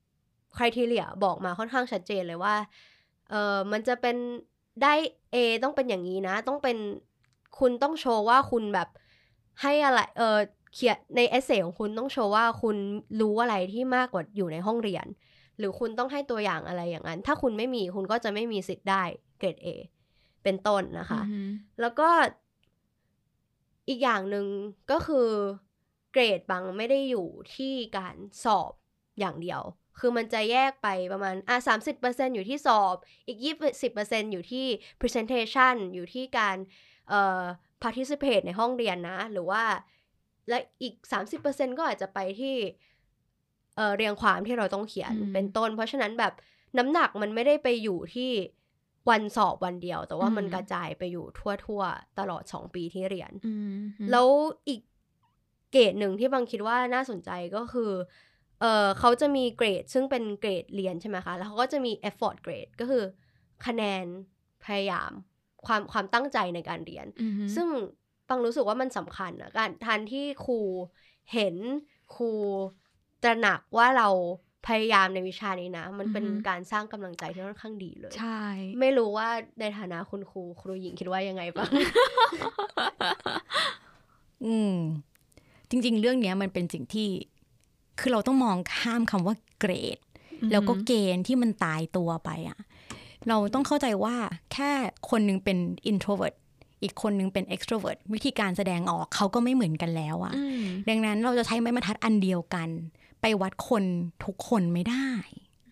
criteria บอกมาค่อนข้างชัดเจนเลยว่าเออมันจะเป็นได้ A ต้องเป็นอย่างนี้นะต้องเป็นคุณต้องโชว์ว่าคุณแบบให้อะไรเออเขียนในเอเซของคุณต้องโชว์ว่าคุณรู้อะไรที่มากกว่าอยู่ในห้องเรียนหรือคุณต้องให้ตัวอย่างอะไรอย่างนั้นถ้าคุณไม่มีคุณก็จะไม่มีสิทธิ์ได้เกรด A เป็นต้นนะคะ mm-hmm. แล้วก็อีกอย่างหนึ่งก็คือเกรดบางไม่ได้อยู่ที่การสอบอย่างเดียวคือมันจะแยกไปประมาณอ่ะ สามสิบเปอร์เซ็นต์ อยู่ที่สอบอีก ยี่สิบเปอร์เซ็นต์ อยู่ที่ presentation อยู่ที่การเอ่อ participate ในห้องเรียนนะหรือว่าและอีก สามสิบเปอร์เซ็นต์ ก็อาจจะไปที่เอ่อเรียงความที่เราต้องเขียน mm-hmm. เป็นต้นเพราะฉะนั้นแบบน้ำหนักมันไม่ได้ไปอยู่ที่วันสอบวันเดียวแต่ว่ามันกระจายไปอยู่ทั่วๆตลอดสองปีที่เรียนแล้วอีกเกรดหนึ่งที่บางคิดว่าน่าสนใจก็คือเอ่อเขาจะมีเกรดซึ่งเป็นเกรดเรียนใช่ไหมคะแล้วเขาก็จะมี effort grade ก็คือคะแนนพยายามความความตั้งใจในการเรียนซึ่งบางรู้สึกว่ามันสำคัญนะการทันที่ครูเห็นครูตระหนักว่าเราพยายามในวิชานี้นะมันเป็นการสร้างกำลังใจที่ค่อนข้างดีเลยใช่ไม่รู้ว่าในฐานะคุณครูครูหญิงคิดว่ายังไงบ้างอืมจริงๆเรื่องนี้มันเป็นสิ่งที่คือเราต้องมองข้ามคำว่าเกรดแล้วก็เกณฑ์ที่มันตายตัวไปอ่ะเราต้องเข้าใจว่าแค่คนนึงเป็น introvert อีกคนนึงเป็น extrovert วิธีการแสดงออกเขาก็ไม่เหมือนกันแล้วอ่ะดังนั้นเราจะใช้ไม้บรรทัดอันเดียวกันไปวัดคนทุกคนไม่ได้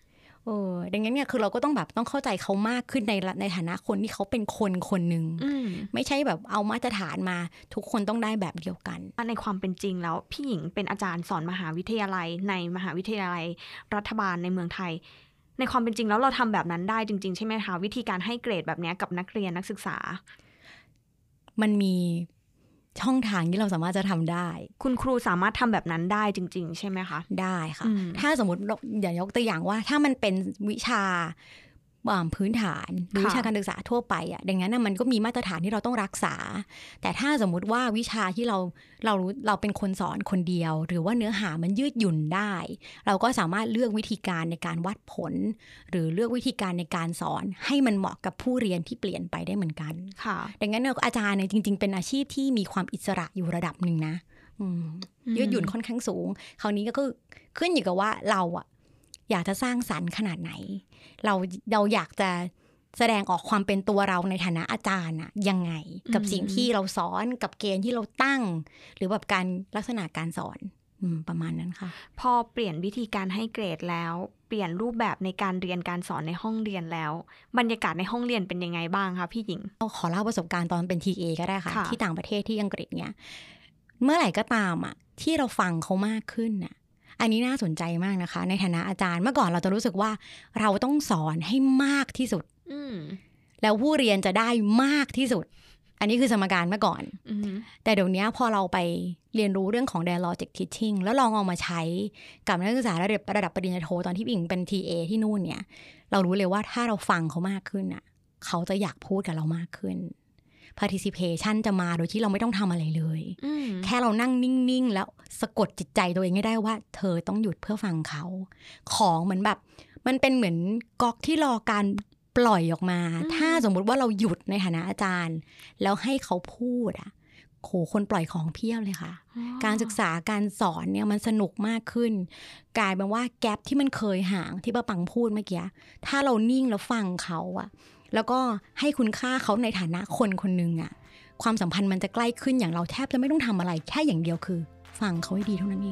เออดังนั้นเนี่ยคือเราก็ต้องแบบต้องเข้าใจเขามากขึ้นในในฐานะคนที่เขาเป็นคนคนหนึ่งไม่ใช่แบบเอามาตรฐานมาทุกคนต้องได้แบบเดียวกันในความเป็นจริงแล้วพี่หญิงเป็นอาจารย์สอนมหาวิทยาลัยในมหาวิทยาลัยรัฐบาลในเมืองไทยในความเป็นจริงแล้วเราทำแบบนั้นได้จริงๆใช่ไหมคะวิธีการให้เกรดแบบนี้กับนักเรียนนักศึกษามันมีช่องทางที่เราสามารถจะทำได้คุณครูสามารถทำแบบนั้นได้จริงๆใช่ไหมคะได้ค่ะถ้าสมมติอย่างยกตัวอย่างว่าถ้ามันเป็นวิชาพื้นฐานหรือวิชาการศึกษาทั่วไปอ่ะดังนั้นมันก็มีมาตรฐานที่เราต้องรักษาแต่ถ้าสมมุติว่าวิชาที่เราเราเราเป็นคนสอนคนเดียวหรือว่าเนื้อหามันยืดหยุ่นได้เราก็สามารถเลือกวิธีการในการวัดผลหรือเลือกวิธีการในการสอนให้มันเหมาะกับผู้เรียนที่เปลี่ยนไปได้เหมือนกันค่ะดังนั้นอาจารย์เนี่ยจริงๆเป็นอาชีพที่มีความอิสระอยู่ระดับหนึ่งนะยืดหยุ่นค่อนข้างสูงคราวนี้ก็คือขึ้นอยู่กับว่าเราอะอยากจะสร้างสรรค์ขนาดไหนเราเราอยากจะแสดงออกความเป็นตัวเราในฐานะอาจารย์อะยังไงกับสิ่งที่เราสอนกับเกณฑ์ที่เราตั้งหรือแบบการลักษณะการสอนประมาณนั้นค่ะพอเปลี่ยนวิธีการให้เกรดแล้วเปลี่ยนรูปแบบในการเรียนการสอนในห้องเรียนแล้วบรรยากาศในห้องเรียนเป็นยังไงบ้างคะพี่หญิงขอเล่าประสบการณ์ตอนเป็น ที เอ ก็ได้ค่ะที่ต่างประเทศที่อังกฤษเนี่ยเมื่อไหร่ก็ตามอะที่เราฟังเขามากขึ้นน่ะอันนี้น่าสนใจมากนะคะในฐานะอาจารย์เมื่อก่อนเราจะรู้สึกว่าเราต้องสอนให้มากที่สุดแล้วผู้เรียนจะได้มากที่สุดอันนี้คือสมการเมื่อก่อนแต่เดี๋ยวนี้พอเราไปเรียนรู้เรื่องของ dialogic teaching แล้วลองเอามาใช้กับนักศึกษาระดับระดับปริญญาโทตอนที่พี่หญิงเป็น ที เอ ที่นู่นเนี่ยเรารู้เลยว่าถ้าเราฟังเขามากขึ้นอ่ะเขาจะอยากพูดกับเรามากขึ้นparticipation จะมาโดยที่เราไม่ต้องทำอะไรเลยแค่เรานั่งนิ่งๆแล้วสะกดจิตใจตัวเองให้ได้ว่าเธอต้องหยุดเพื่อฟังเขาของเหมือนแบบมันเป็นเหมือนก๊อกที่รอการปล่อยออกมาถ้าสมมุติว่าเราหยุดในฐานะอาจารย์แล้วให้เขาพูดอ่ะโหคนปล่อยของเพียบเลยค่ะการศึกษาการสอนเนี่ยมันสนุกมากขึ้นกลายเป็นว่าแกปที่มันเคยห่างที่ป้าปังพูดเมื่อกี้ถ้าเรานิ่งแล้วฟังเขาอ่ะแล้วก็ให้คุณค่าเขาในฐานะคนคนหนึ่งอะความสัมพันธ์มันจะใกล้ขึ้นอย่างเราแทบจะไม่ต้องทำอะไรแค่อย่างเดียวคือฟังเขาให้ดีเท่านั้นเอง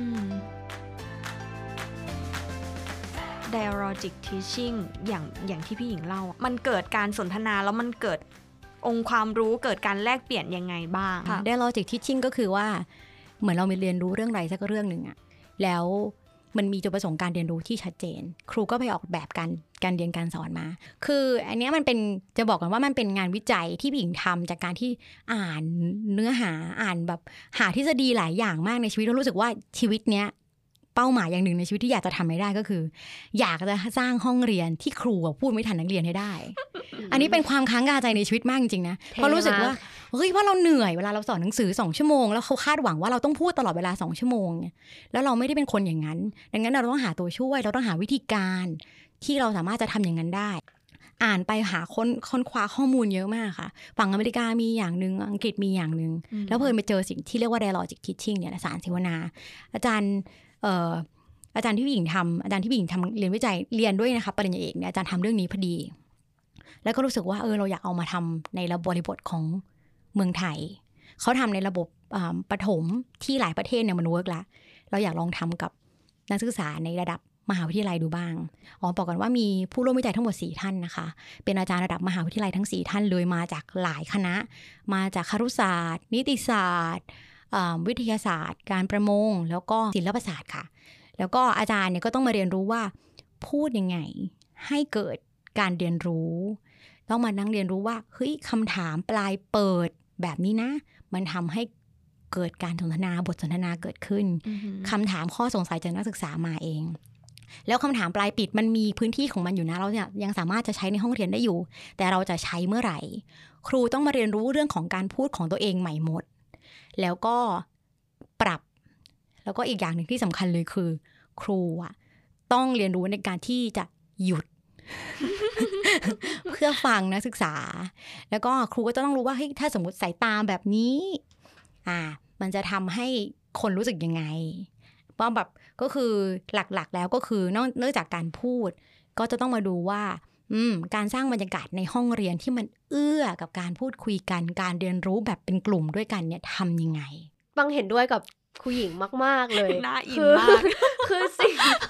dialogic teaching อย่างอย่างที่พี่หญิงเล่ามันเกิดการสนทนาแล้วมันเกิดองค์ความรู้เกิดการแลกเปลี่ยนยังไงบ้าง dialogic teaching ก็คือว่าเหมือนเราเรียนรู้เรื่องอะไรสักเรื่องหนึ่งอะแล้วมันมีจุดประสงค์การเรียนรู้ที่ชัดเจนครูก็ไปออกแบบการการเรียนการสอนมาคืออันนี้มันเป็นจะบอกกันว่ามันเป็นงานวิจัยที่พี่หญิงทำจากการที่อ่านเนื้อหาอ่านแบบหาทฤษฎีหลายอย่างมากในชีวิตเรารู้สึกว่าชีวิตเนี้ยเป้าหมายอย่างหนึ่งในชีวิตที่อยากจะทำให้ได้ก็คืออยากจะสร้างห้องเรียนที่ครูพูดไม่ทันนักเรียนให้ได้ อันนี้เป็นความค้างคาใจในชีวิตมากจริงๆนะเพราะรู้สึกว่าเฮ้ยว่าเราเหนื่อยเวลาเราสอนหนังสือสองชั่วโมงแล้วเขาคาดหวังว่าเราต้องพูดตลอดเวลาสองชั่วโมงแล้วเราไม่ได้เป็นคนอย่างนั้นดังนั้นเราต้องหาตัวช่วยเราต้องหาวิธีการที่เราสามารถจะทำอย่างนั้นได้อ่านไปหาค้นค้นคว้าข้อมูลเยอะมากค่ะฝั่งอเมริกามีอย่างนึงอังกฤษมีอย่างนึงแล้วเพิ่นไปเจอสิ่งที่เรียกว่า dialogic teaching เนี่ยสารเสวนาอาจารย์เอ่ออาจารย์ที่พี่หญิงทำอาจารย์ที่พี่หญิงทำเรียนวิจัยเรียนด้วยนะคะปริญญาเอกเนี่ยอาจารย์ทำเรื่องนี้พอดีแล้วก็รู้สึกว่าเออเราอยากเอามาทำในบริบทของเมืองไทยเขาทำในระบบประถมที่หลายประเทศเนี่ยมันเวิร์กแล้วเราอยากลองทำกับนักศึกษาในระดับมหาวิทยาลัยดูบ้างอ๋อบอกกันว่ามีผู้ร่วมวิจัยทั้งหมดสี่ท่านนะคะเป็นอาจารย์ระดับมหาวิทยาลัยทั้งสี่ท่านเลยมาจากหลายคณะมาจากครุศาสตร์นิติศาสตร์วิทยาศาสตร์การประมงแล้วก็ศิลปศาสตร์ค่ะแล้วก็อาจารย์เนี่ยก็ต้องมาเรียนรู้ว่าพูดยังไงให้เกิดการเรียนรู้ต้องมานั่งเรียนรู้ว่าเฮ้ยคำถามปลายเปิดแบบนี้นะมันทำให้เกิดการสนทนาบทสนทนาเกิดขึ้น mm-hmm. คำถามข้อสงสัยจากนักศึกษามาเองแล้วคำถามปลายปิดมันมีพื้นที่ของมันอยู่นะเราเนี่ยยังสามารถจะใช้ในห้องเรียนได้อยู่แต่เราจะใช้เมื่อไหร่ครูต้องมาเรียนรู้เรื่องของการพูดของตัวเองใหม่หมดแล้วก็ปรับแล้วก็อีกอย่างหนึ่งที่สำคัญเลยคือครูอ่ะต้องเรียนรู้ในการที่จะหยุด เพื่อฟังนักศึกษาแล้วก็ครูก็จะต้องรู้ว่าเฮ้ยถ้าสมมติสายตาแบบนี้อ่ามันจะทำให้คนรู้สึกยังไงเพราะแบบก็คือหลักๆแล้วก็คือนอกเนื่องจากการพูดก็จะต้องมาดูว่าอืมการสร้างบรรยากาศในห้องเรียนที่มันเอื้อกับการพูดคุยกันการเรียนรู้แบบเป็นกลุ่มด้วยกันเนี่ยทำยังไงบังเห็นด้วยกับครูหญิงมากๆเลยน่าอินมากคือสิ่ง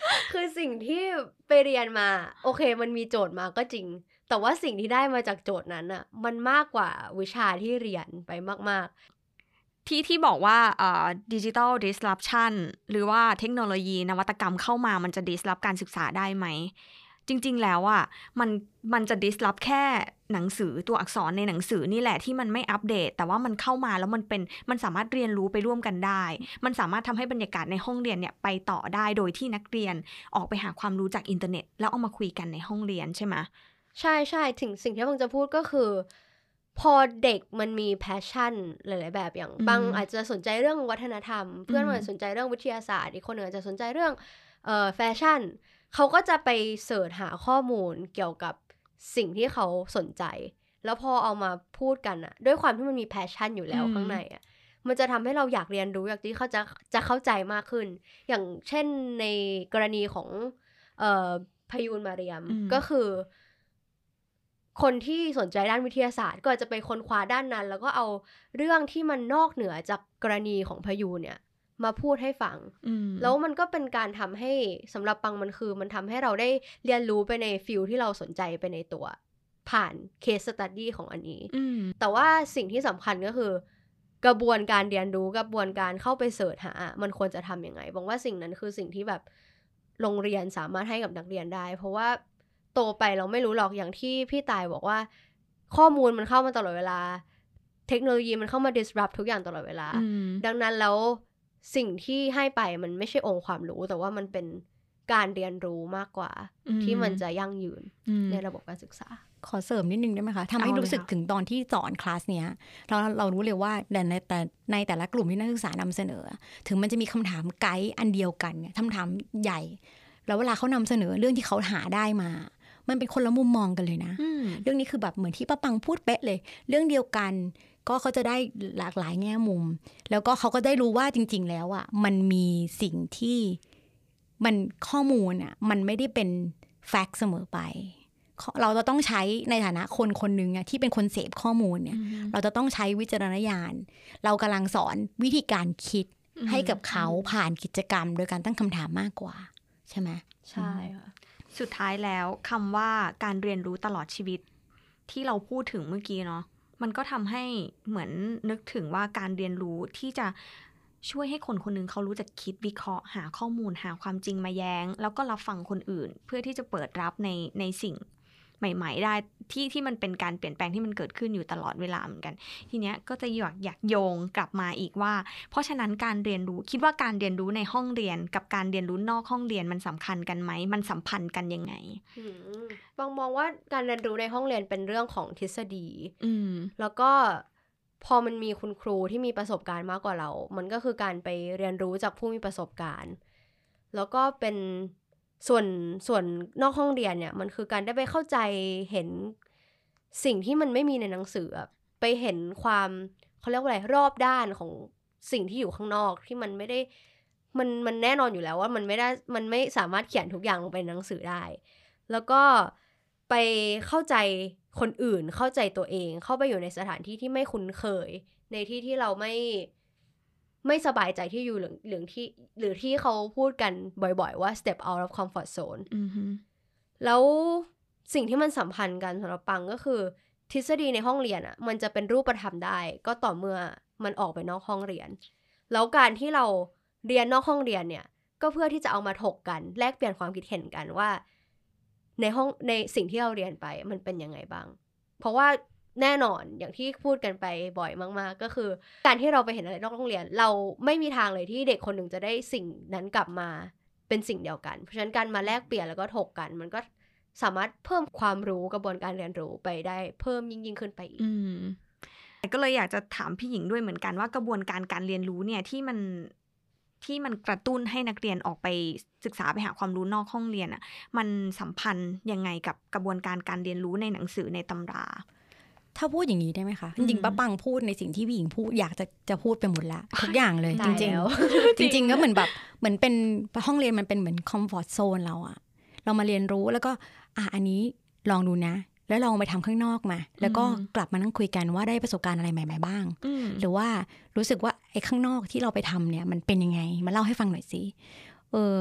คือสิ่งที่ไปเรียนมาโอเคมันมีโจทย์มาก็จริงแต่ว่าสิ่งที่ได้มาจากโจทย์นั้นอ่ะมันมากกว่าวิชาที่เรียนไปมากๆที่ที่บอกว่าเอ่อ digital disruption หรือว่าเทคโนโลยีนวัตกรรมเข้ามามันจะ disrupt การศึกษาได้ไหมจริงๆแล้วอ่ะมันมันจะ disrupt แค่หนังสือตัวอักษรในหนังสือนี่แหละที่มันไม่อัปเดตแต่ว่ามันเข้ามาแล้วมันเป็นมันสามารถเรียนรู้ไปร่วมกันได้มันสามารถทำให้บรรยากาศในห้องเรียนเนี่ยไปต่อได้โดยที่นักเรียนออกไปหาความรู้จากอินเทอร์เน็ตแล้วเอามาคุยกันในห้องเรียนใช่ไหมใช่ใช่ถึงสิ่งที่ผมจะพูดก็คือพอเด็กมันมีแพชชั่นหลายๆแบบอย่างบางอาจจะสนใจเรื่องวัฒนธรรมเพื่อนมันสนใจเรื่องวิทยาศาสตร์อีกคนหนึ่งอาจจะสนใจเรื่องเอ่อแฟชั่นเขาก็จะไปเสิร์ชหาข้อมูลเกี่ยวกับสิ่งที่เขาสนใจแล้วพอเอามาพูดกันอะด้วยความที่มันมีแพชชั่นอยู่แล้วข้างในอะมันจะทำให้เราอยากเรียนรู้อยากที่เขาจะจะเข้าใจมากขึ้นอย่างเช่นในกรณีของเอ่อพยูนมาเรียมก็คือคนที่สนใจด้านวิทยาศาสตร์ก็จะไปค้นคว้าด้านนั้นแล้วก็เอาเรื่องที่มันนอกเหนือจากกรณีของพยูนเนี่ยมาพูดให้ฟังแล้วมันก็เป็นการทำให้สำหรับปังมันคือมันทำให้เราได้เรียนรู้ไปในฟิลที่เราสนใจไปในตัวผ่านเคสสตัดดี้ของอันนี้แต่ว่าสิ่งที่สำคัญก็คือกระบวนการเรียนรู้กระบวนการเข้าไปเสิร์ชหามันควรจะทำยังไงบอกว่าสิ่งนั้นคือสิ่งที่แบบโรงเรียนสามารถให้กับนักเรียนได้เพราะว่าโตไปเราไม่รู้หรอกอย่างที่พี่ตายบอกว่าข้อมูลมันเข้ามาตลอดเวลาเทคโนโลยีมันเข้ามา disrupt ทุกอย่างตลอดเวลาดังนั้นแล้วสิ่งที่ให้ไปมันไม่ใช่องค์ความรู้แต่ว่ามันเป็นการเรียนรู้มากกว่าที่มันจะยั่งยืนในระบบการศึกษาขอเสริมนิดนึงได้ไหมคะทำให้รู้สึกถึงตอนที่สอนคลาสเนี้ยเราเรารู้เลยว่าในแต่ในแต่ละกลุ่มที่นักศึกษานำเสนอถึงมันจะมีคำถามไกด์อันเดียวกันเนี่ยคำถามใหญ่แล้วเวลาเขานำเสนอเรื่องที่เขาหาได้มามันเป็นคนละมุมมองกันเลยนะเรื่องนี้คือแบบเหมือนที่ป้าปังพูดเป๊ะเลยเรื่องเดียวกันก็เขาจะได้หลากหลายแง่มุมแล้วก็เขาก็ได้รู้ว่าจริงๆแล้วอ่ะมันมีสิ่งที่มันข้อมูลอ่ะมันไม่ได้เป็นแฟกต์เสมอไปเราจะต้องใช้ในฐานะคนคนหนึ่งอ่ะที่เป็นคนเสพข้อมูลเนี่ยเราจะต้องใช้วิจารณญาณเรากำลังสอนวิธีการคิดให้กับเขาผ่านกิจกรรมโดยการตั้งคำถามมากกว่าใช่ไหมใช่ค่ะสุดท้ายแล้วคำว่าการเรียนรู้ตลอดชีวิตที่เราพูดถึงเมื่อกี้เนาะมันก็ทำให้เหมือนนึกถึงว่าการเรียนรู้ที่จะช่วยให้คนคนนึงเขารู้จักคิดวิเคราะห์หาข้อมูลหาความจริงมาแย้งแล้วก็รับฟังคนอื่นเพื่อที่จะเปิดรับในในสิ่งใหม่ๆได้ที่ที่มันเป็นการเปลี่ยนแปลงที่มันเกิดขึ้นอยู่ตลอดเวลาเหมือนกันทีเนี้ยก็จะอยากอยากโยงกลับมาอีกว่าเพราะฉะนั้นการเรียนรู้คิดว่าการเรียนรู้ในห้องเรียนกับการเรียนรู้นอกห้องเรียนมันสำคัญกันไหมมันสัมพันธ์กันยังไงบางมองว่าการเรียนรู้ในห้องเรียนเป็นเรื่องของทฤษฎีแล้วก็พอมันมีคุณครูที่มีประสบการณ์มากกว่าเรามันก็คือการไปเรียนรู้จากผู้มีประสบการณ์แล้วก็เป็นส่วนส่วนนอกห้องเรียนเนี่ยมันคือการได้ไปเข้าใจเห็นสิ่งที่มันไม่มีในหนังสือไปเห็นความเขาเรียกว่าอะไรรอบด้านของสิ่งที่อยู่ข้างนอกที่มันไม่ได้มันมันแน่นอนอยู่แล้วว่ามันไม่ได้มันไม่สามารถเขียนทุกอย่างลงไปในหนังสือได้แล้วก็ไปเข้าใจคนอื่นเข้าใจตัวเองเข้าไปอยู่ในสถานที่ที่ไม่คุ้นเคยในที่ที่เราไม่ไม่สบายใจที่อยู่หรือหรือที่หรือที่เขาพูดกันบ่อยๆว่า step out of comfort zone แล้วสิ่งที่มันสัมพันธ์กันสำหรับปังก็คือทฤษฎีในห้องเรียนอ่ะมันจะเป็นรูปธรรมได้ก็ต่อเมื่อมันออกไปนอกห้องเรียนแล้วการที่เราเรียนนอกห้องเรียนเนี่ยก็เพื่อที่จะเอามาถกกันแลกเปลี่ยนความคิดเห็นกันว่าในห้องในสิ่งที่เราเรียนไปมันเป็นยังไงบ้างเพราะว่าแน่นอนอย่างที่พูดกันไปบ่อยมากๆก็คือการที่เราไปเห็นอะไรนอกห้องเรียนเราไม่มีทางเลยที่เด็กคนหนึ่งจะได้สิ่งนั้นกลับมาเป็นสิ่งเดียวกันเพราะฉะนั้นการมาแลกเปลี่ยนแล้วก็ถกกันมันก็สามารถเพิ่มความรู้กระบวนการเรียนรู้ไปได้เพิ่มยิ่งยิ่งขึ้นไปอีกก็เลยอยากจะถามพี่หญิงด้วยเหมือนกันว่ากระบวนการการเรียนรู้เนี่ยที่มันที่มันกระตุ้นให้นักเรียนออกไปศึกษาไปหาความรู้นอกห้องเรียนอ่ะมันสัมพันธ์ยังไงกับกระบวนการการเรียนรู้ในหนังสือในตำราถ้าพูดอย่างนี้ได้ไหมคะจริงๆป้าปังพูดในสิ่งที่พี่หญิงพูดอยากจะจะพูดไปหมดละทุกอย่างเลยจริงๆจริงๆก็เหมือนแบบเหมือนเป็นห้องเรียนมันเป็นเหมือนคอมฟอร์ตโซนเราอะเรามาเรียนรู้แล้วก็อ่ะอันนี้ลองดูนะแล้วลองไปทำข้างนอกมาแล้วก็กลับมานั่งคุยกันว่าได้ประสบการณ์อะไรใหม่ๆบ้างหรือว่ารู้สึกว่าไอ้ข้างนอกที่เราไปทำเนี่ยมันเป็นยังไงมาเล่าให้ฟังหน่อยสิเออ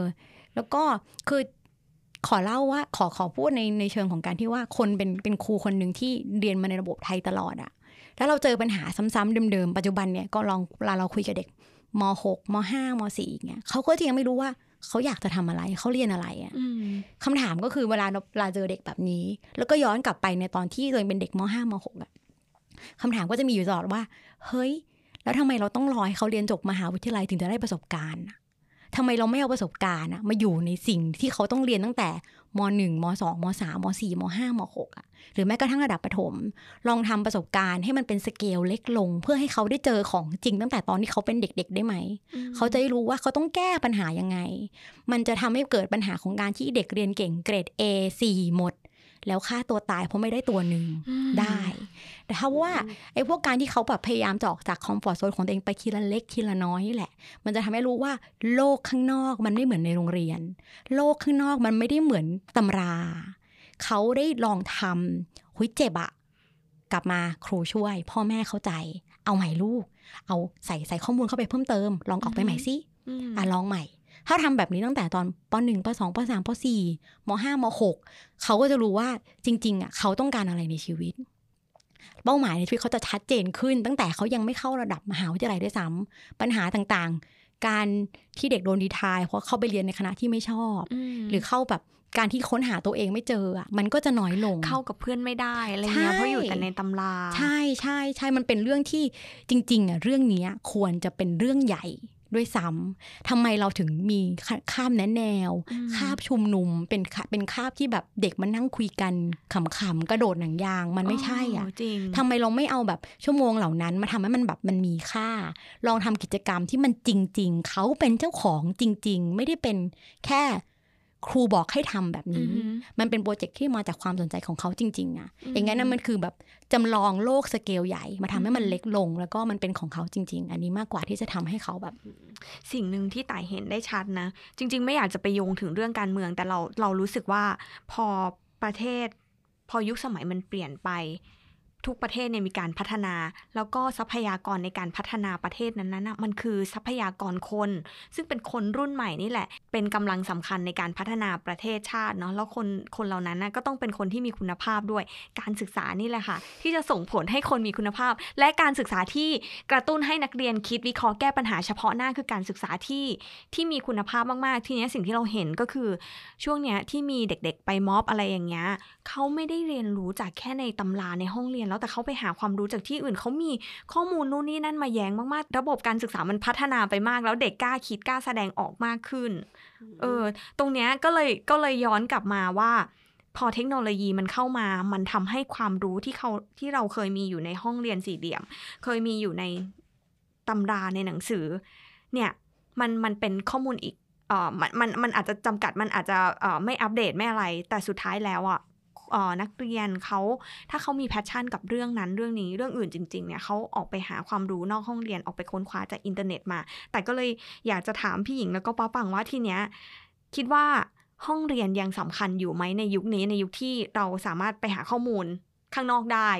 แล้วก็คือขอเล่าว่าขอขอพูดในในเชิงของการที่ว่าคนเป็นเป็นครูคนหนึ่งที่เรียนมาในระบบไทยตลอดอะแล้วเราเจอปัญหาซ้ำๆเดิมๆปัจจุบันเนี่ยก็ลองเวลาเราคุยกับเด็กม.หก ม.ห้า ม.สี่ เงี้ยเขาก็ยังไม่รู้ว่าเขาอยากจะทำอะไรเขาเรียนอะไรอะคำถามก็คือเวลาเวลาเจอเด็กแบบนี้แล้วก็ย้อนกลับไปในตอนที่ตัวเองเป็นเด็กม.ห้า ม.หก อะคำถามก็จะมีอยู่ตลอดว่าเฮ้ยแล้วทำไมเราต้องรอให้เขาเรียนจบมหาวิทยาลัยถึงจะได้ประสบการณ์ทำไมเราไม่เอาประสบการณ์มาอยู่ในสิ่งที่เขาต้องเรียนตั้งแต่ม.หนึ่ง ม.สอง ม.สาม ม.สี่ ม.ห้า ม.หก อ่ะหรือแม้กระทั่งระดับประถมลองทำประสบการณ์ให้มันเป็นสเกลเล็กลงเพื่อให้เขาได้เจอของจริงตั้งแต่ตอนที่เขาเป็นเด็กๆได้ไหมเขาจะได้รู้ว่าเขาต้องแก้ปัญหายังไงมันจะทำให้เกิดปัญหาของการที่เด็กเรียนเก่งเกรด เอ สี่ หมดแล้วฆ่าตัวตายเพราะไม่ได้ตัวหนึ่งได้แต่ถ้าว่าไอ้พวกการที่เขาแบบพยายามจะออกจากคอมฟอร์ตโซนของตัวเองไปทีละเล็กทีละน้อยนี่แหละมันจะทำให้รู้ว่าโลกข้างนอกมันไม่เหมือนในโรงเรียนโลกข้างนอกมันไม่ได้เหมือนตำราเขาได้ลองทำหุยเจ็บอะกลับมาครูช่วยพ่อแม่เข้าใจเอาใหม่ลูกเอาใส่ใส่ข้อมูลเข้าไปเพิ่มเติมลองออกไปใหม่สิอ่ะลองใหม่ถ้าทำแบบนี้ตั้งแต่ตอนป.หนึ่ง ป.สอง ป.สาม ป.สี่ ม.ห้า ม.หก เขาก็จะรู้ว่าจริงๆอ่ะเขาต้องการอะไรในชีวิตเป้าหมายในชีวิตเขาจะชัดเจนขึ้นตั้งแต่เขายังไม่เข้าระดับมหาวิทยาลัยด้วยซ้ำปัญหาต่างๆการที่เด็กโดนดีไทายเพราะเข้าไปเรียนในคณะที่ไม่ชอบหรือเข้าแบบการที่ค้นหาตัวเองไม่เจออ่ะมันก็จะน้อยลงเข้ากับเพื่อนไม่ได้อะไรเงี้ยเพราะอยู่แต่ในตำราใช่ใช่ใช่มันเป็นเรื่องที่จริงๆอ่ะเรื่องนี้ควรจะเป็นเรื่องใหญ่ด้วยซ้ำทำไมเราถึงมีคาบแนะแนวคาบชุมนุมเป็นเป็นคาบที่แบบเด็กมานั่งคุยกันขำๆกระโดดหนังยางมันไม่ใช่อ่ะทำไมเราไม่เอาแบบชั่วโมงเหล่านั้นมาทำให้มันแบบมันมีค่าลองทำกิจกรรมที่มันจริงๆเขาเป็นเจ้าของจริงๆไม่ได้เป็นแค่ครูบอกให้ทำแบบนี้มันเป็นโปรเจกต์ที่มาจากความสนใจของเขาจริงๆอ่ะอย่างงั้นมันคือแบบจำลองโลกสเกลใหญ่มาทำให้มันเล็กลงแล้วก็มันเป็นของเขาจริงๆอันนี้มากกว่าที่จะทำให้เขาแบบสิ่งหนึ่งที่ต่ายเห็นได้ชัดนะจริงๆไม่อยากจะไปโยงถึงเรื่องการเมืองแต่เราเรารู้สึกว่าพอประเทศพอยุคสมัยมันเปลี่ยนไปทุกประเทศเนี่ยมีการพัฒนาแล้วก็ทรัพยากรในการพัฒนาประเทศนั้นๆนะมันคือทรัพยากรคนซึ่งเป็นคนรุ่นใหม่นี่แหละเป็นกำลังสำคัญในการพัฒนาประเทศชาติเนาะแล้วคนคนเหล่านั้นนะก็ต้องเป็นคนที่มีคุณภาพด้วยการศึกษานี่แหละค่ะที่จะส่งผลให้คนมีคุณภาพและการศึกษาที่กระตุ้นให้นักเรียนคิดวิเคราะห์แก้ปัญหาเฉพาะหน้าคือการศึกษาที่ที่มีคุณภาพมากๆทีนี้สิ่งที่เราเห็นก็คือช่วงเนี้ยที่มีเด็กๆไปม็อบอะไรอย่างเงี้ยเขาไม่ได้เรียนรู้จากแค่ในตำราในห้องเรียนแล้วแต่เขาไปหาความรู้จากที่อื่นเขามีข้อมูลนู่นนี่นั่นมาแย้งมากๆระบบการศึกษามันพัฒนาไปมากแล้วเด็กกล้าคิดกล้าแสดงออกมากขึ้นเออตรงเนี้ยก็เลยก็เลยย้อนกลับมาว่าพอเทคโนโลยีมันเข้ามามันทำให้ความรู้ที่เขาที่เราเคยมีอยู่ในห้องเรียนสี่เหลี่ยมเคยมีอยู่ในตำราในหนังสือเนี่ยมันมันเป็นข้อมูลอีกเอ่อมันมันมันอาจจะจำกัดมันอาจจะเอ่อไม่อัปเดตไม่อะไรแต่สุดท้ายแล้วอ่ะนักเรียนเขาถ้าเขามีแพชชั่นกับเรื่องนั้นเรื่องนี้เรื่องอื่นจริงๆเนี่ยเขาออกไปหาความรู้นอกห้องเรียนออกไปค้นคว้าจากอินเทอร์เน็ตมาแต่ก็เลยอยากจะถามพี่หญิงแล้วก็ป้าปังว่าทีเนี้ยคิดว่าห้องเรียนยังสำคัญอยู่ไหมในยุคนี้ในยุคที่เราสามารถไปหาข้อมูลข้างนอกได้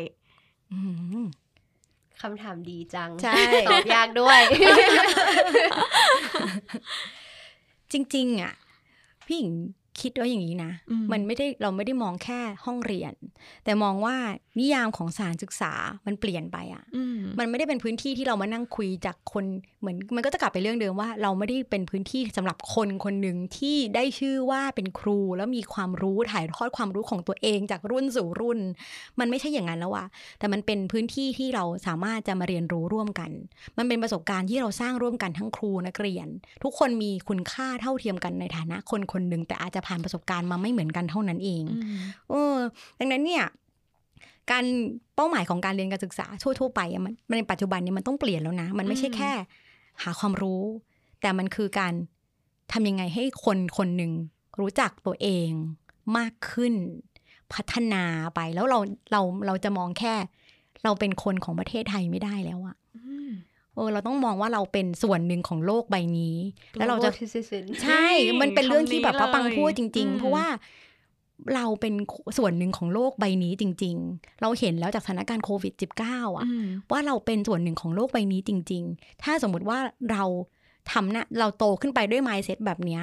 คำถามดีจังใช่ตอบยากด้วยจริงๆอ่ะพี่หญิงคิดว่าอย่างนี้นะมันไม่ได้เราไม่ได้มองแค่ห้องเรียนแต่มองว่านิยามของสถานศึกษามันเปลี่ยนไปอ่ะมันไม่ได้เป็นพื้นที่ที่เรามานั่งคุยจากคนเหมือนมันก็จะกลับไปเรื่องเดิมว่าเราไม่ได้เป็นพื้นที่สำหรับคนคนหนึ่งที่ได้ชื่อว่าเป็นครูแล้วมีความรู้ถ่ายทอดความรู้ของตัวเองจากรุ่นสู่รุ่นมันไม่ใช่อย่างนั้นแล้วอ่ะแต่มันเป็นพื้นที่ที่เราสามารถจะมาเรียนรู้ร่วมกันมันเป็นประสบการณ์ที่เราสร้างร่วมกันทั้งครูนักเรียนทุกคนมีคุณค่าเท่าเทียมกันในฐานะคนคนหนึ่งแต่อาจจะผ่านประสบการณ์มาไม่เหมือนกันเท่านั้นเองเออดังนั้นเนี่ยการเป้าหมายของการเรียนการศึกษาทั่วๆไปมันในปัจจุบันนี้มันต้องเปลี่ยนแล้วนะมันไม่ใช่แค่หาความรู้แต่มันคือการทำยังไงให้คนคนหนึ่งรู้จักตัวเองมากขึ้นพัฒนาไปแล้วเราเราเราจะมองแค่เราเป็นคนของประเทศไทยไม่ได้แล้วอะเออเราต้องมองว่าเราเป็นส่วนหนึ่งของโลกใบนี้แล้วเราจะใช่มันเป็นเรื่องที่แบบป้าปังพูดจริงๆเพราะว่าเราเป็นส่วนหนึ่งของโลกใบนี้จริงๆเราเห็นแล้วจากสถานการณ์โควิด สิบเก้า อ่ะว่าเราเป็นส่วนหนึ่งของโลกใบนี้จริงๆถ้าสมมติว่าเราทำนะเราโตขึ้นไปด้วย mindset แบบนี้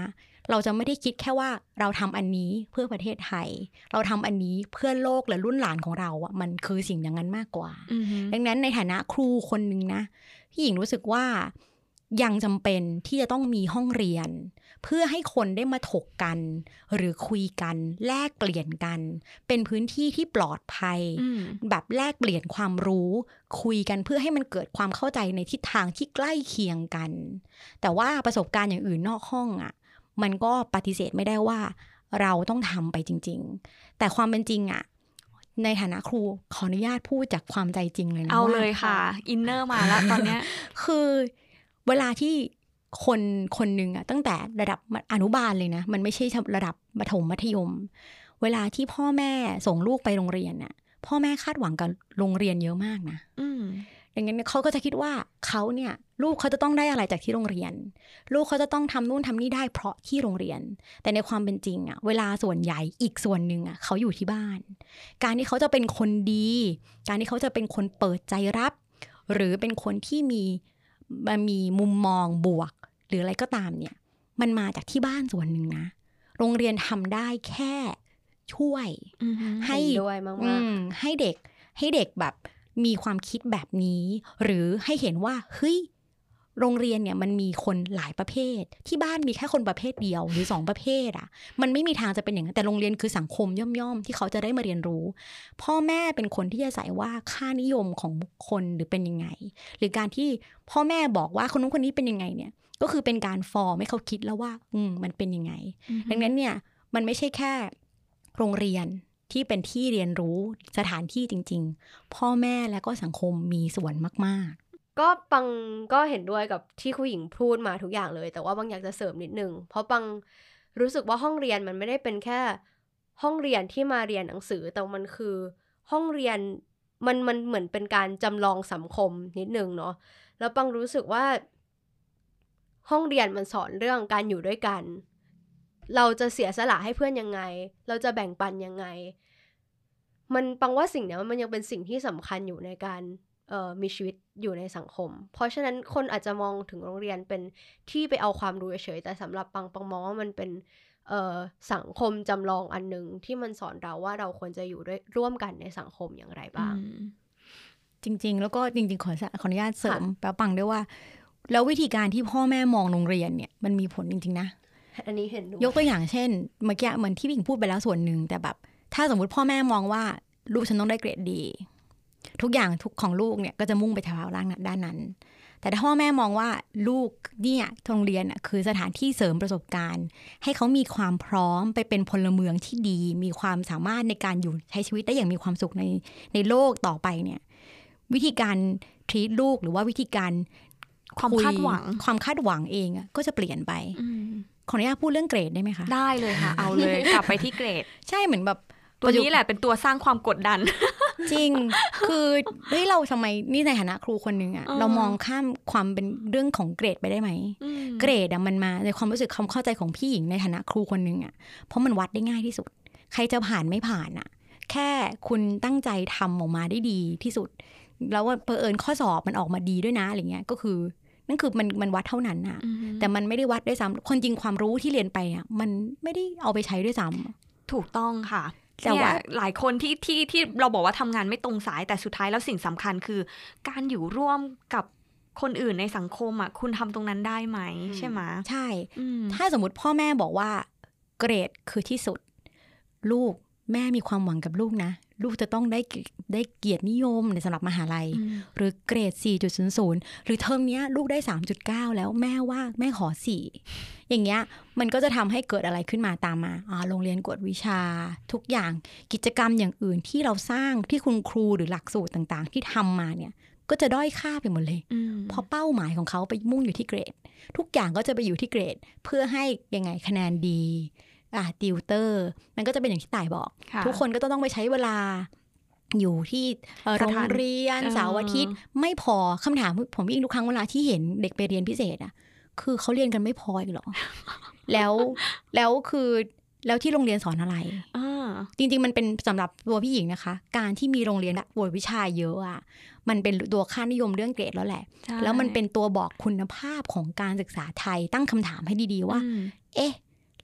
เราจะไม่ได้คิดแค่ว่าเราทำอันนี้เพื่อประเทศไทยเราทำอันนี้เพื่อโลกและรุ่นหลานของเราอ่ะมันคือสิ่งอย่างนั้นมากกว่าดังนั้นในฐานะครูคนนึงนะพี่หญิงรู้สึกว่ายังจำเป็นที่จะต้องมีห้องเรียนเพื่อให้คนได้มาถกกันหรือคุยกันแลกเปลี่ยนกันเป็นพื้นที่ที่ปลอดภัยแบบแลกเปลี่ยนความรู้คุยกันเพื่อให้มันเกิดความเข้าใจในทิศทางที่ใกล้เคียงกันแต่ว่าประสบการณ์อย่างอื่นนอกห้องอ่ะมันก็ปฏิเสธไม่ได้ว่าเราต้องทำไปจริงๆแต่ความเป็นจริงอ่ะในฐานะครูขออนุญาตพูดจากความใจจริงเลยนะเอาเลยค่ะอินเนอร์มาแล้วตอนเนี้ยคือเวลาที่คนคนหนึ่งอะตั้งแต่ระดับอนุบาลเลยนะมันไม่ใช่ระดับประถมมัธยมเวลาที่พ่อแม่ส่งลูกไปโรงเรียนน่ะพ่อแม่คาดหวังกับโรงเรียนเยอะมากนะดังนั้นเขาก็จะคิดว่าเขาเนี่ยลูกเขาจะต้องได้อะไรจากที่โรงเรียนลูกเขาจะต้องทำนู่นทำนี่ได้เพราะที่โรงเรียนแต่ในความเป็นจริงอะเวลาส่วนใหญ่อีกส่วนหนึ่งอะเขาอยู่ที่บ้านการที่เขาจะเป็นคนดีการที่เขาจะเป็นคนเปิดใจรับหรือเป็นคนที่มีมีมุมมองบวกหรืออะไรก็ตามเนี่ยมันมาจากที่บ้านส่วนหนึ่งนะโรงเรียนทำได้แค่ช่วยให้ด้วยมากๆให้เด็กให้เด็กแบบมีความคิดแบบนี้หรือให้เห็นว่าเฮ้ยโรงเรียนเนี่ยมันมีคนหลายประเภทที่บ้านมีแค่คนประเภทเดียวหรือสองประเภทอ่ะมันไม่มีทางจะเป็นอย่างนั้นแต่โรงเรียนคือสังคมย่อมๆที่เขาจะได้มาเรียนรู้พ่อแม่เป็นคนที่จะใส่ว่าค่านิยมของบุคคลหรือเป็นยังไงหรือการที่พ่อแม่บอกว่าคนนู้นคนนี้เป็นยังไงเนี่ยก็คือเป็นการฟอร์มให้เขาคิดแล้วว่าอืมมันเป็นยังไงดังนั้นเนี่ยมันไม่ใช่แค่โรงเรียนที่เป็นที่เรียนรู้สถานที่จริงๆพ่อแม่และก็สังคมมีส่วนมากๆก็ปังก็เห็นด้วยกับที่ครูหญิงพูดมาทุกอย่างเลยแต่ว่าบางอยากจะเสริมนิดนึงเพราะปังรู้สึกว่าห้องเรียนมันไม่ได้เป็นแค่ห้องเรียนที่มาเรียนหนังสือแต่มันคือห้องเรียนมันมันเหมือนเป็นการจำลองสังคมนิดนึงเนาะแล้วปังรู้สึกว่าห้องเรียนมันสอนเรื่องการอยู่ด้วยกันเราจะเสียสละให้เพื่อนยังไงเราจะแบ่งปันยังไงมันปังว่าสิ่งนี้มันยังเป็นสิ่งที่สำคัญอยู่ในการเอ่อมีชีวิตอยู่ในสังคมเพราะฉะนั้นคนอาจจะมองถึงโรงเรียนเป็นที่ไปเอาความรู้เฉยแต่สำหรับปังปังมองว่ามันเป็นเอ่อสังคมจำลองอันนึงที่มันสอนเราว่าเราควรจะอยู่ด้วยร่วมกันในสังคมอย่างไรบ้างจริงๆแล้วก็จริงๆขอขออนุญาตเสริมแป๊บปังด้วยว่าแล้ววิธีการที่พ่อแม่มองโรงเรียนเนี่ยมันมีผลจริงๆนะอันนี้เห็นด้วยยกตัวอย่างเช่นเมื่อกี้เหมือนที่พี่หญิงพูดไปแล้วส่วนหนึ่งแต่แบบถ้าสมมติพ่อแม่มองว่าลูกฉันต้องได้เกรดดีทุกอย่างทุกของลูกเนี่ยก็จะมุ่งไปทางด้านนั้นแต่ถ้าพ่อแม่มองว่าลูกเนี่ยโรงเรียนอ่ะคือสถานที่เสริมประสบการณ์ให้เขามีความพร้อมไปเป็นพลเมืองที่ดีมีความสามารถในการอยู่ใช้ชีวิตได้อย่างมีความสุขในในโลกต่อไปเนี่ยวิธีการทรีตลูกหรือว่าวิธีการความคาดหวังความคาดหวังเองอ่ะก็จะเปลี่ยนไปขออนุญาตพูดเรื่องเกรดได้ไหมคะได้เลยค่ะเอาเลยกลับไปที่เกรดใช่เหมือนแบบตัวนี้แหละเป็นตัวสร้างความกดดันจริงคือเฮ้ยเราทำไมนี่ในฐานะครูคนนึงอ่ะเรามองข้ามความเป็นเรื่องของเกรดไปได้ไหมเกรดอ่ะมันมาในความรู้สึกความเข้าใจของพี่หญิงในฐานะครูคนนึงอ่ะเพราะมันวัดได้ง่ายที่สุดใครจะผ่านไม่ผ่านอ่ะแค่คุณตั้งใจทำออกมาได้ดีที่สุดแล้วว่าเผอิญข้อสอบมันออกมาดีด้วยนะอะไรเงี้ยก็คือนั่นคือมันมันวัดเท่านั้นน่ะแต่มันไม่ได้วัดด้วยซ้ำคนจริงความรู้ที่เรียนไปอ่ะมันไม่ได้เอาไปใช้ด้วยซ้ำถูกต้องค่ะแต่ว่าหลายคนที่ที่ที่เราบอกว่าทำงานไม่ตรงสายแต่สุดท้ายแล้วสิ่งสำคัญคือการอยู่ร่วมกับคนอื่นในสังคมอ่ะคุณทำตรงนั้นได้ไหมใช่ไหมใช่ถ้าสมมติพ่อแม่บอกว่าเกรดคือที่สุดลูกแม่มีความหวังกับลูกนะลูกจะต้องได้ได้เกียรตินิยมในสำหรับมหาลัยหรือเกรด สี่จุดศูนย์ศูนย์ หรือเทอมนี้ลูกได้ สามจุดเก้า แล้วแม่ว่าแม่ขอสี่อย่างเงี้ยมันก็จะทำให้เกิดอะไรขึ้นมาตามมาอ่าโรงเรียนกวดวิชาทุกอย่างกิจกรรมอย่างอื่นที่เราสร้างที่คุณครูหรือหลักสูตรต่างๆที่ทำมาเนี่ยก็จะด้อยค่าไปหมดเลยเพราะเป้าหมายของเขาไปมุ่งอยู่ที่เกรดทุกอย่างก็จะไปอยู่ที่เกรดเพื่อให้ยังไงคะแนนดีอ่ะติวเตอร์มันก็จะเป็นอย่างที่ต่ายบอกทุกคนก็ต้องไปใช้เวลาอยู่ที่โรงเรียนเสาร์อาทิตย์ไม่พอคำถามผมยิ่งทุกครั้งเวลาที่เห็นเด็กไปเรียนพิเศษอ่ะคือเขาเรียนกันไม่พออีกหรอ แล้วแล้วคือแล้วที่โรงเรียนสอนอะไรจริงๆมันเป็นสำหรับตัวพี่หญิงนะคะการที่มีโรงเรียนบวชวิชาเยอะอ่ะมันเป็นตัวค่านิยมเรื่องเกรดแล้วแหละแล้วมันเป็นตัวบอกคุณภาพของการศึกษาไทยตั้งคำถามให้ดีๆว่าเอ๊ะ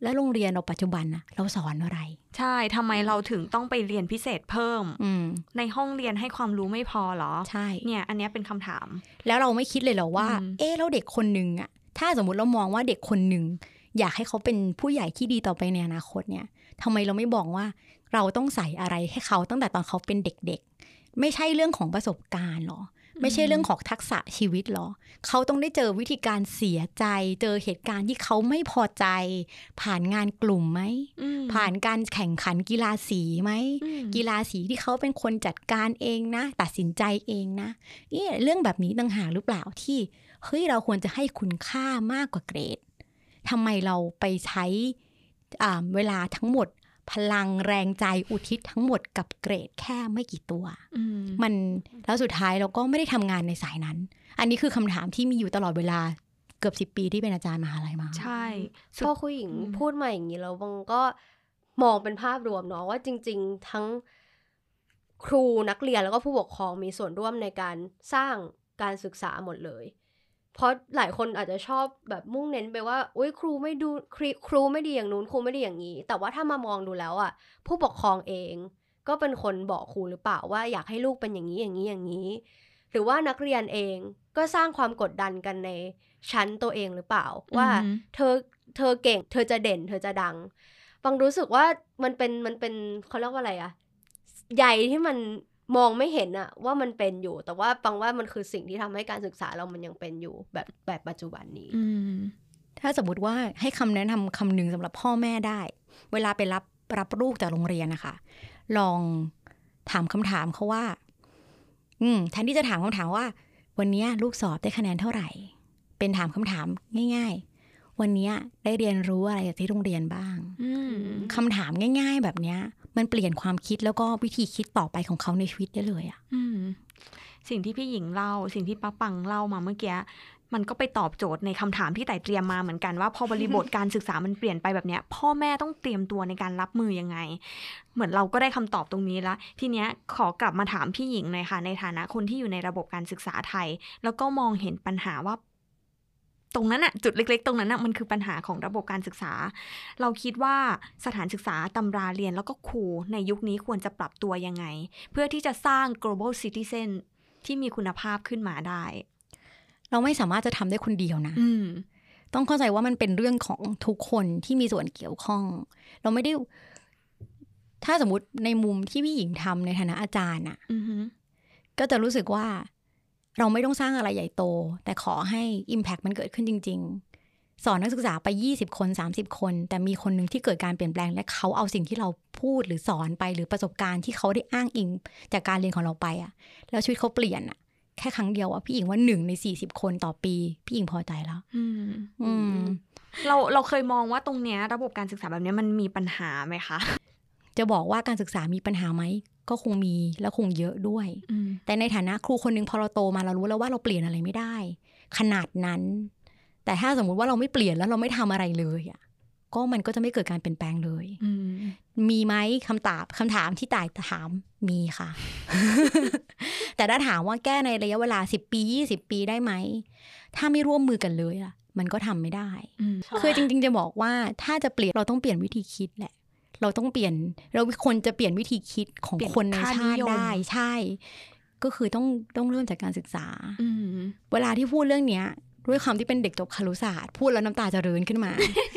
แล้วโรงเรียนเราปัจจุบันนะเราสอนอะไรใช่ทำไมเราถึงต้องไปเรียนพิเศษเพิ่มในห้องเรียนให้ความรู้ไม่พอหรอใช่เนี่ยอันนี้เป็นคำถามแล้วเราไม่คิดเลยเหรอว่าเอ๊ะแล้วเด็กคนนึงอ่ะถ้าสมมติเรามองว่าเด็กคนนึงอยากให้เขาเป็นผู้ใหญ่ที่ดีต่อไปในอนาคตเนี่ยทำไมเราไม่บอกว่าเราต้องใส่อะไรให้เขาตั้งแต่ตอนเขาเป็นเด็กๆไม่ใช่เรื่องของประสบการณ์หรอไม่ใช่เรื่องของทักษะชีวิตหรอเขาต้องได้เจอวิธีการเสียใจเจอเหตุการณ์ที่เขาไม่พอใจผ่านงานกลุ่มไหมผ่านการแข่งขันกีฬาสีไหมกีฬาสีที่เขาเป็นคนจัดการเองนะตัดสินใจเองนะนี่เรื่องแบบนี้ต่างหากหรือเปล่าที่เฮ้ยเราควรจะให้คุณค่ามากกว่าเกรดทำไมเราไปใช้เวลาทั้งหมดพลังแรงใจอุทิศทั้งหมดกับเกรดแค่ไม่กี่ตัวมันแล้วสุดท้ายเราก็ไม่ได้ทำงานในสายนั้นอันนี้คือคำถามที่มีอยู่ตลอดเวลาเกือบสิบปีที่เป็นอาจารย์มหาลัยมาใช่พอครูหญิงพูดมาอย่างนี้แล้วบางก็มองเป็นภาพรวมเนาะว่าจริงๆทั้งครูนักเรียนแล้วก็ผู้ปกครองมีส่วนร่วมในการสร้างการศึกษาหมดเลยเพราะหลายคนอาจจะชอบแบบมุ่งเน้นไปว่าอุ๊ยครูไม่ดูครูไม่ดีอย่างนู้นครูไม่ดีอย่างนี้แต่ว่าถ้ามามองดูแล้วอ่ะผู้ปกครองเองก็เป็นคนบอกครูหรือเปล่าว่าอยากให้ลูกเป็นอย่างนี้อย่างนี้อย่างนี้หรือว่านักเรียนเองก็สร้างความกดดันกันในชั้นตัวเองหรือเปล่าว่าเธอเธอเก่งเธอจะเด่นเธอจะดังบางรู้สึกว่ามันเป็นมันเป็นเขาเรียกว่าอะไรอ่ะใหญ่ที่มันมองไม่เห็นอะว่ามันเป็นอยู่แต่ว่าปังว่ามันคือสิ่งที่ทำให้การศึกษาเรามันยังเป็นอยู่แบบแบบปัจจุบันนี้ถ้าสมมติว่าให้คำแนะนำคำหนึ่งสำหรับพ่อแม่ได้เวลาไปรับรับลูกจากโรงเรียนนะคะลองถามคำถามเขาว่าอืมแทนที่จะถามคำถามว่าวันนี้ลูกสอบได้คะแนนเท่าไหร่เป็นถามคำถามง่ายๆวันนี้ได้เรียนรู้อะไรจากที่โรงเรียนบ้างคำถามง่ายๆแบบนี้มันเปลี่ยนความคิดแล้วก็วิธีคิดต่อไปของเขาในชีวิตได้เลยอ่ะสิ่งที่พี่หญิงเล่าสิ่งที่ป้าปังเล่ามาเมื่อกี้มันก็ไปตอบโจทย์ในคำถามที่ไต่เตรียมมาเหมือนกันว่าพอบริบทการศึกษามันเปลี่ยนไปแบบนี้พ่อแม่ต้องเตรียมตัวในการรับมือยังไงเหมือนเราก็ได้คำตอบตรงนี้แล้วทีเนี้ยขอกลับมาถามพี่หญิงหน่อยค่ะในฐานะคนที่อยู่ในระบบการศึกษาไทยแล้วก็มองเห็นปัญหาว่าตรงนั้นอะจุดเล็กๆตรงนั้นอะมันคือปัญหาของระบบการศึกษาเราคิดว่าสถานศึกษาตำราเรียนแล้วก็ครูในยุคนี้ควรจะปรับตัวยังไงเพื่อที่จะสร้าง global citizen ที่มีคุณภาพขึ้นมาได้เราไม่สามารถจะทำได้คนเดียวนะต้องเข้าใจว่ามันเป็นเรื่องของทุกคนที่มีส่วนเกี่ยวข้องเราไม่ได้ถ้าสมมติในมุมที่พี่หญิงทำในฐานะอาจารย์อะก็จะรู้สึกว่าเราไม่ต้องสร้างอะไรใหญ่โตแต่ขอให้ impact มันเกิดขึ้นจริงๆสอนนักศึกษาไปยี่สิบคนสามสิบคนแต่มีคนหนึ่งที่เกิดการเปลี่ยนแปลงและเขาเอาสิ่งที่เราพูดหรือสอนไปหรือประสบการณ์ที่เขาได้อ้างอิงจากการเรียนของเราไปอะแล้วชีวิตเขาเปลี่ยนอะแค่ครั้งเดียวอะพี่หญิงว่าหนึ่งในสี่สิบคนต่อปีพี่หญิงพอใจแล้วอืมอืมเราเราเคยมองว่าตรงเนี้ยระบบการศึกษาแบบนี้มันมีปัญหาไหมคะจะบอกว่าการศึกษามีปัญหาไหมก็คงมีและคงเยอะด้วยแต่ในฐานะครูคนนึงพอเราโตมาเรารู้แล้วว่าเราเปลี่ยนอะไรไม่ได้ขนาดนั้นแต่ถ้าสมมุติว่าเราไม่เปลี่ยนแล้วเราไม่ทำอะไรเลยอ่ะก็มันก็จะไม่เกิดการเปลี่ยนแปลงเลยมีไหมคำตอบคำถามที่ต่ายถามมีค่ะ แต่ถ้าถามว่าแก้ในระยะเวลาสิบปียี่สิบปีได้ไหมถ้าไม่ร่วมมือกันเลยอ่ะมันก็ทำไม่ได้คือจริงๆจะบอกว่าถ้าจะเปลี่ยนเราต้องเปลี่ยนวิธีคิดแหละเราต้องเปลี่ยนเราคนจะเปลี่ยนวิธีคิดของคนในชาติได้ใช่ก็คือต้องต้องเริ่มจากการศึกษาเวลาที่พูดเรื่องเนี้ยด้วยความที่เป็นเด็กจบครุศาสตร์พูดแล้วน้ำตาจะรื้นขึ้นมา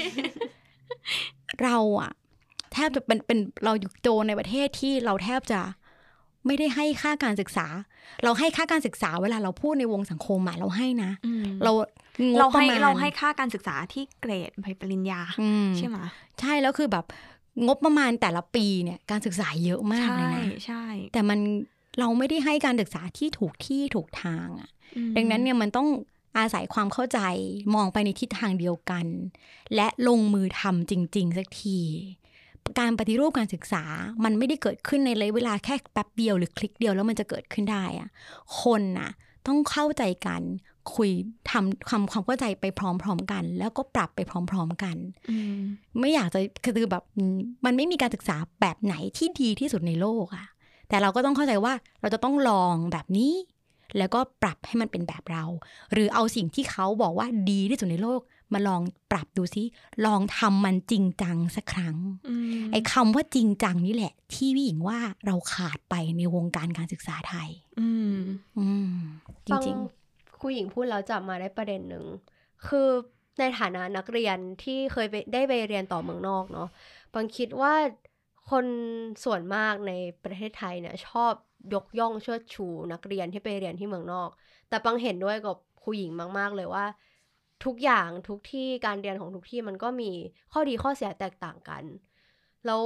เราอะแทบจะเป็นเป็นเราอยู่โจในประเทศที่เราแทบจะไม่ได้ให้ค่าการศึกษาเราให้ค่าการศึกษาเวลาเราพูดในวงสังคมอะเราให้นะเราเราให้เราให้ค่าการศึกษาที่เกรดใบปริญญาใช่ไหมใช่แล้วคือแบบงบประมาณแต่ละปีเนี่ยการศึกษาเยอะมากเลยนะใช่แต่มันเราไม่ได้ให้การศึกษาที่ถูกที่ถูกทางอ่ะดังนั้นเนี่ยมันต้องอาศัยความเข้าใจมองไปในทิศทางเดียวกันและลงมือทำจริงๆสักทีการปฏิรูปการศึกษามันไม่ได้เกิดขึ้นในระยะเวลาแค่แป๊บเดียวหรือคลิกเดียวแล้วมันจะเกิดขึ้นได้อ่ะคนน่ะต้องเข้าใจกันคุยทำความความเข้าใจไปพร้อมๆกันแล้วก็ปรับไปพร้อมๆกันไม่อยากจะคือแบบมันไม่มีการศึกษาแบบไหนที่ดีที่สุดในโลกอะแต่เราก็ต้องเข้าใจว่าเราจะต้องลองแบบนี้แล้วก็ปรับให้มันเป็นแบบเราหรือเอาสิ่งที่เขาบอกว่าดีที่สุดในโลกมาลองปรับดูซิลองทำมันจริงจังสักครั้งไอ้คำว่าจริงจังนี่แหละที่พี่หญิงว่าเราขาดไปในวงการการศึกษาไทยอืมอืมจริงๆครูหญิงพูดแล้วจับมาได้ประเด็นหนึ่งคือในฐานะนักเรียนที่เคยไปได้ไปเรียนต่อเมืองนอกเนาะบางคิดว่าคนส่วนมากในประเทศไทยเนี่ยชอบยกย่องเชิดชูนักเรียนที่ไปเรียนที่เมืองนอกแต่ปังเห็นด้วยกับครูหญิงมากๆเลยว่าทุกอย่างทุกที่การเรียนของทุกที่มันก็มีข้อดีข้อเสียแตกต่างกันแล้ว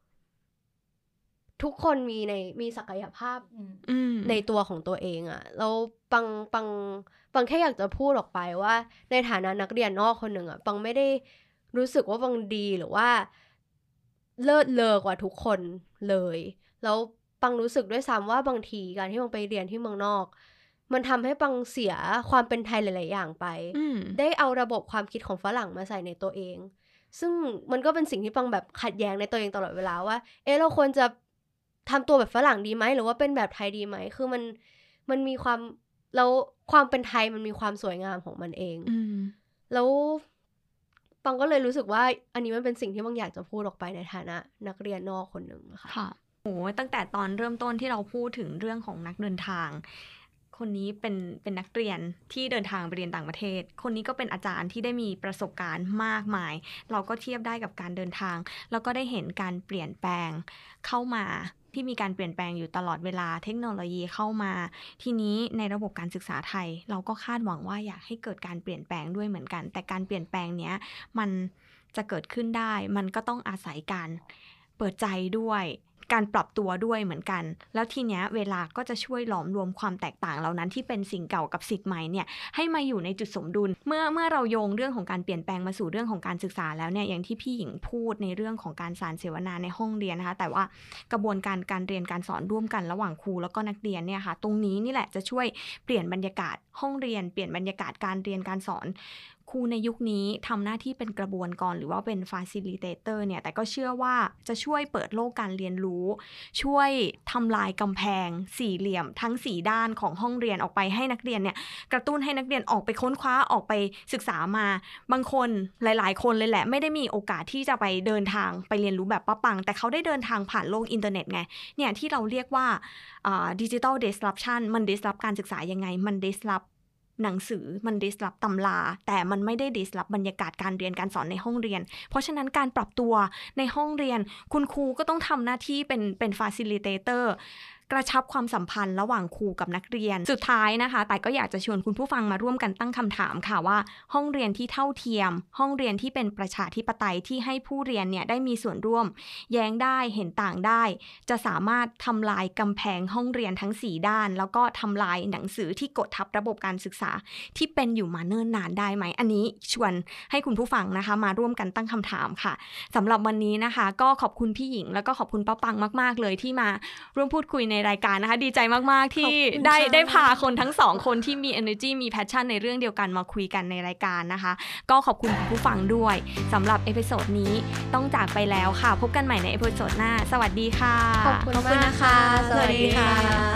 ทุกคนมีในมีศักยภาพในตัวของตัวเองอะแล้วปังปังปังแค่อยากจะพูดออกไปว่าในฐานะนักเรียนนอกคนหนึ่งอะปังไม่ได้รู้สึกว่าปังดีหรือว่าเลิศเลอกว่าทุกคนเลยแล้วปังรู้สึกด้วยซ้ำว่าบางทีการที่ปังไปเรียนที่เมืองนอกมันทำให้ปังเสียความเป็นไทยหลายๆอย่างไปได้เอาระบบความคิดของฝรั่งมาใส่ในตัวเองซึ่งมันก็เป็นสิ่งที่ปังแบบขัดแย้งในตัวเองตลอดเวลาว่าเอ๊ะเราควรจะทำตัวแบบฝรั่งดีไหมหรือว่าเป็นแบบไทยดีไหมคือมันมันมีความแล้วความเป็นไทยมันมีความสวยงามของมันเองแล้วปังก็เลยรู้สึกว่าอันนี้มันเป็นสิ่งที่ปังอยากจะพูดออกไปในฐานะนักเรียนนอกคนหนึ่งค่ะค่ะโอ้ตั้งแต่ตอนเริ่มต้นที่เราพูดถึงเรื่องของนักเดินทางคนนี้เป็นเป็นนักเรียนที่เดินทางไปเรียนต่างประเทศคนนี้ก็เป็นอาจารย์ที่ได้มีประสบการณ์มากมายเราก็เทียบได้กับการเดินทางแล้วก็ได้เห็นการเปลี่ยนแปลงเข้ามาที่มีการเปลี่ยนแปลงอยู่ตลอดเวลาเทคโนโลยีเข้ามาทีนี้ในระบบการศึกษาไทยเราก็คาดหวังว่าอยากให้เกิดการเปลี่ยนแปลงด้วยเหมือนกันแต่การเปลี่ยนแปลงเนี้ยมันจะเกิดขึ้นได้มันก็ต้องอาศัยการเปิดใจด้วยการปรับตัวด้วยเหมือนกันแล้วทีเนี้ยเวลาก็จะช่วยหลอมรวมความแตกต่างเหล่านั้นที่เป็นสิ่งเก่ากับสิ่งใหม่เนี่ยให้มาอยู่ในจุดสมดุลเมื่อเมื่อเราโยงเรื่องของการเปลี่ยนแปลงมาสู่เรื่องของการศึกษาแล้วเนี่ยอย่างที่พี่หญิงพูดในเรื่องของการสานเสวนาในห้องเรียนนะคะแต่ว่ากระบวนการการเรียนการสอนร่วมกันระหว่างครูแล้วก็นักเรียนเนี่ยค่ะตรงนี้นี่แหละจะช่วยเปลี่ยนบรรยากาศห้องเรียนเปลี่ยนบรรยากาศการเรียนการสอนครูในยุคนี้ทำหน้าที่เป็นกระบวนการหรือว่าเป็น facilitator เนี่ยแต่ก็เชื่อว่าจะช่วยเปิดโลกการเรียนรู้ช่วยทำลายกำแพงสี่เหลี่ยมทั้งสี่ด้านของห้องเรียนออกไปให้นักเรียนเนี่ยกระตุ้นให้นักเรียนออกไปค้นคว้าออกไปศึกษามาบางคนหลายๆคนเลยแหละไม่ได้มีโอกาสที่จะไปเดินทางไปเรียนรู้แบบป้าปังแต่เขาได้เดินทางผ่านโลกอินเทอร์เน็ตไงเนี่ยที่เราเรียกว่าดิจิทัล disruption มัน disrupt การศึกษายังไงมัน disruptหนังสือมัน disrupt ตำราแต่มันไม่ได้ disrupt บรรยากาศการเรียนการสอนในห้องเรียนเพราะฉะนั้นการปรับตัวในห้องเรียนคุณครูก็ต้องทำหน้าที่เป็นเป็น facilitator กระชับความสัมพันธ์ระหว่างครูกับนักเรียนสุดท้ายนะคะแต่ก็อยากจะชวนคุณผู้ฟังมาร่วมกันตั้งคำถามค่ะว่าห้องเรียนที่เท่าเทียมห้องเรียนที่เป็นประชาธิปไตยที่ให้ผู้เรียนเนี่ยได้มีส่วนร่วมแย้งได้เห็นต่างได้จะสามารถทำลายกำแพงห้องเรียนทั้งสี่ด้านแล้วก็ทำลายหนังสือที่กดทับระบบการศึกษาที่เป็นอยู่มาเนิ่นนานได้ไหมอันนี้ชวนให้คุณผู้ฟังนะคะมาร่วมกันตั้งคำถามค่ะสำหรับวันนี้นะคะก็ขอบคุณพี่หญิงแล้วก็ขอบคุณป้าปังมากๆเลยที่มาร่วมพูดคุยในรายการนะคะดีใจมากๆที่ได้ได้พาคนทั้งสองคนที่มี energy มี passion ในเรื่องเดียวกันมาคุยกันในรายการนะคะก็ขอบคุณคุณผู้ฟังด้วยสำหรับเอพิโซดนี้ต้องจากไปแล้วค่ะพบกันใหม่ในเอพิโซดหน้าสวัสดีค่ะขอบคุณมากค่ะสวัสดีค่ะ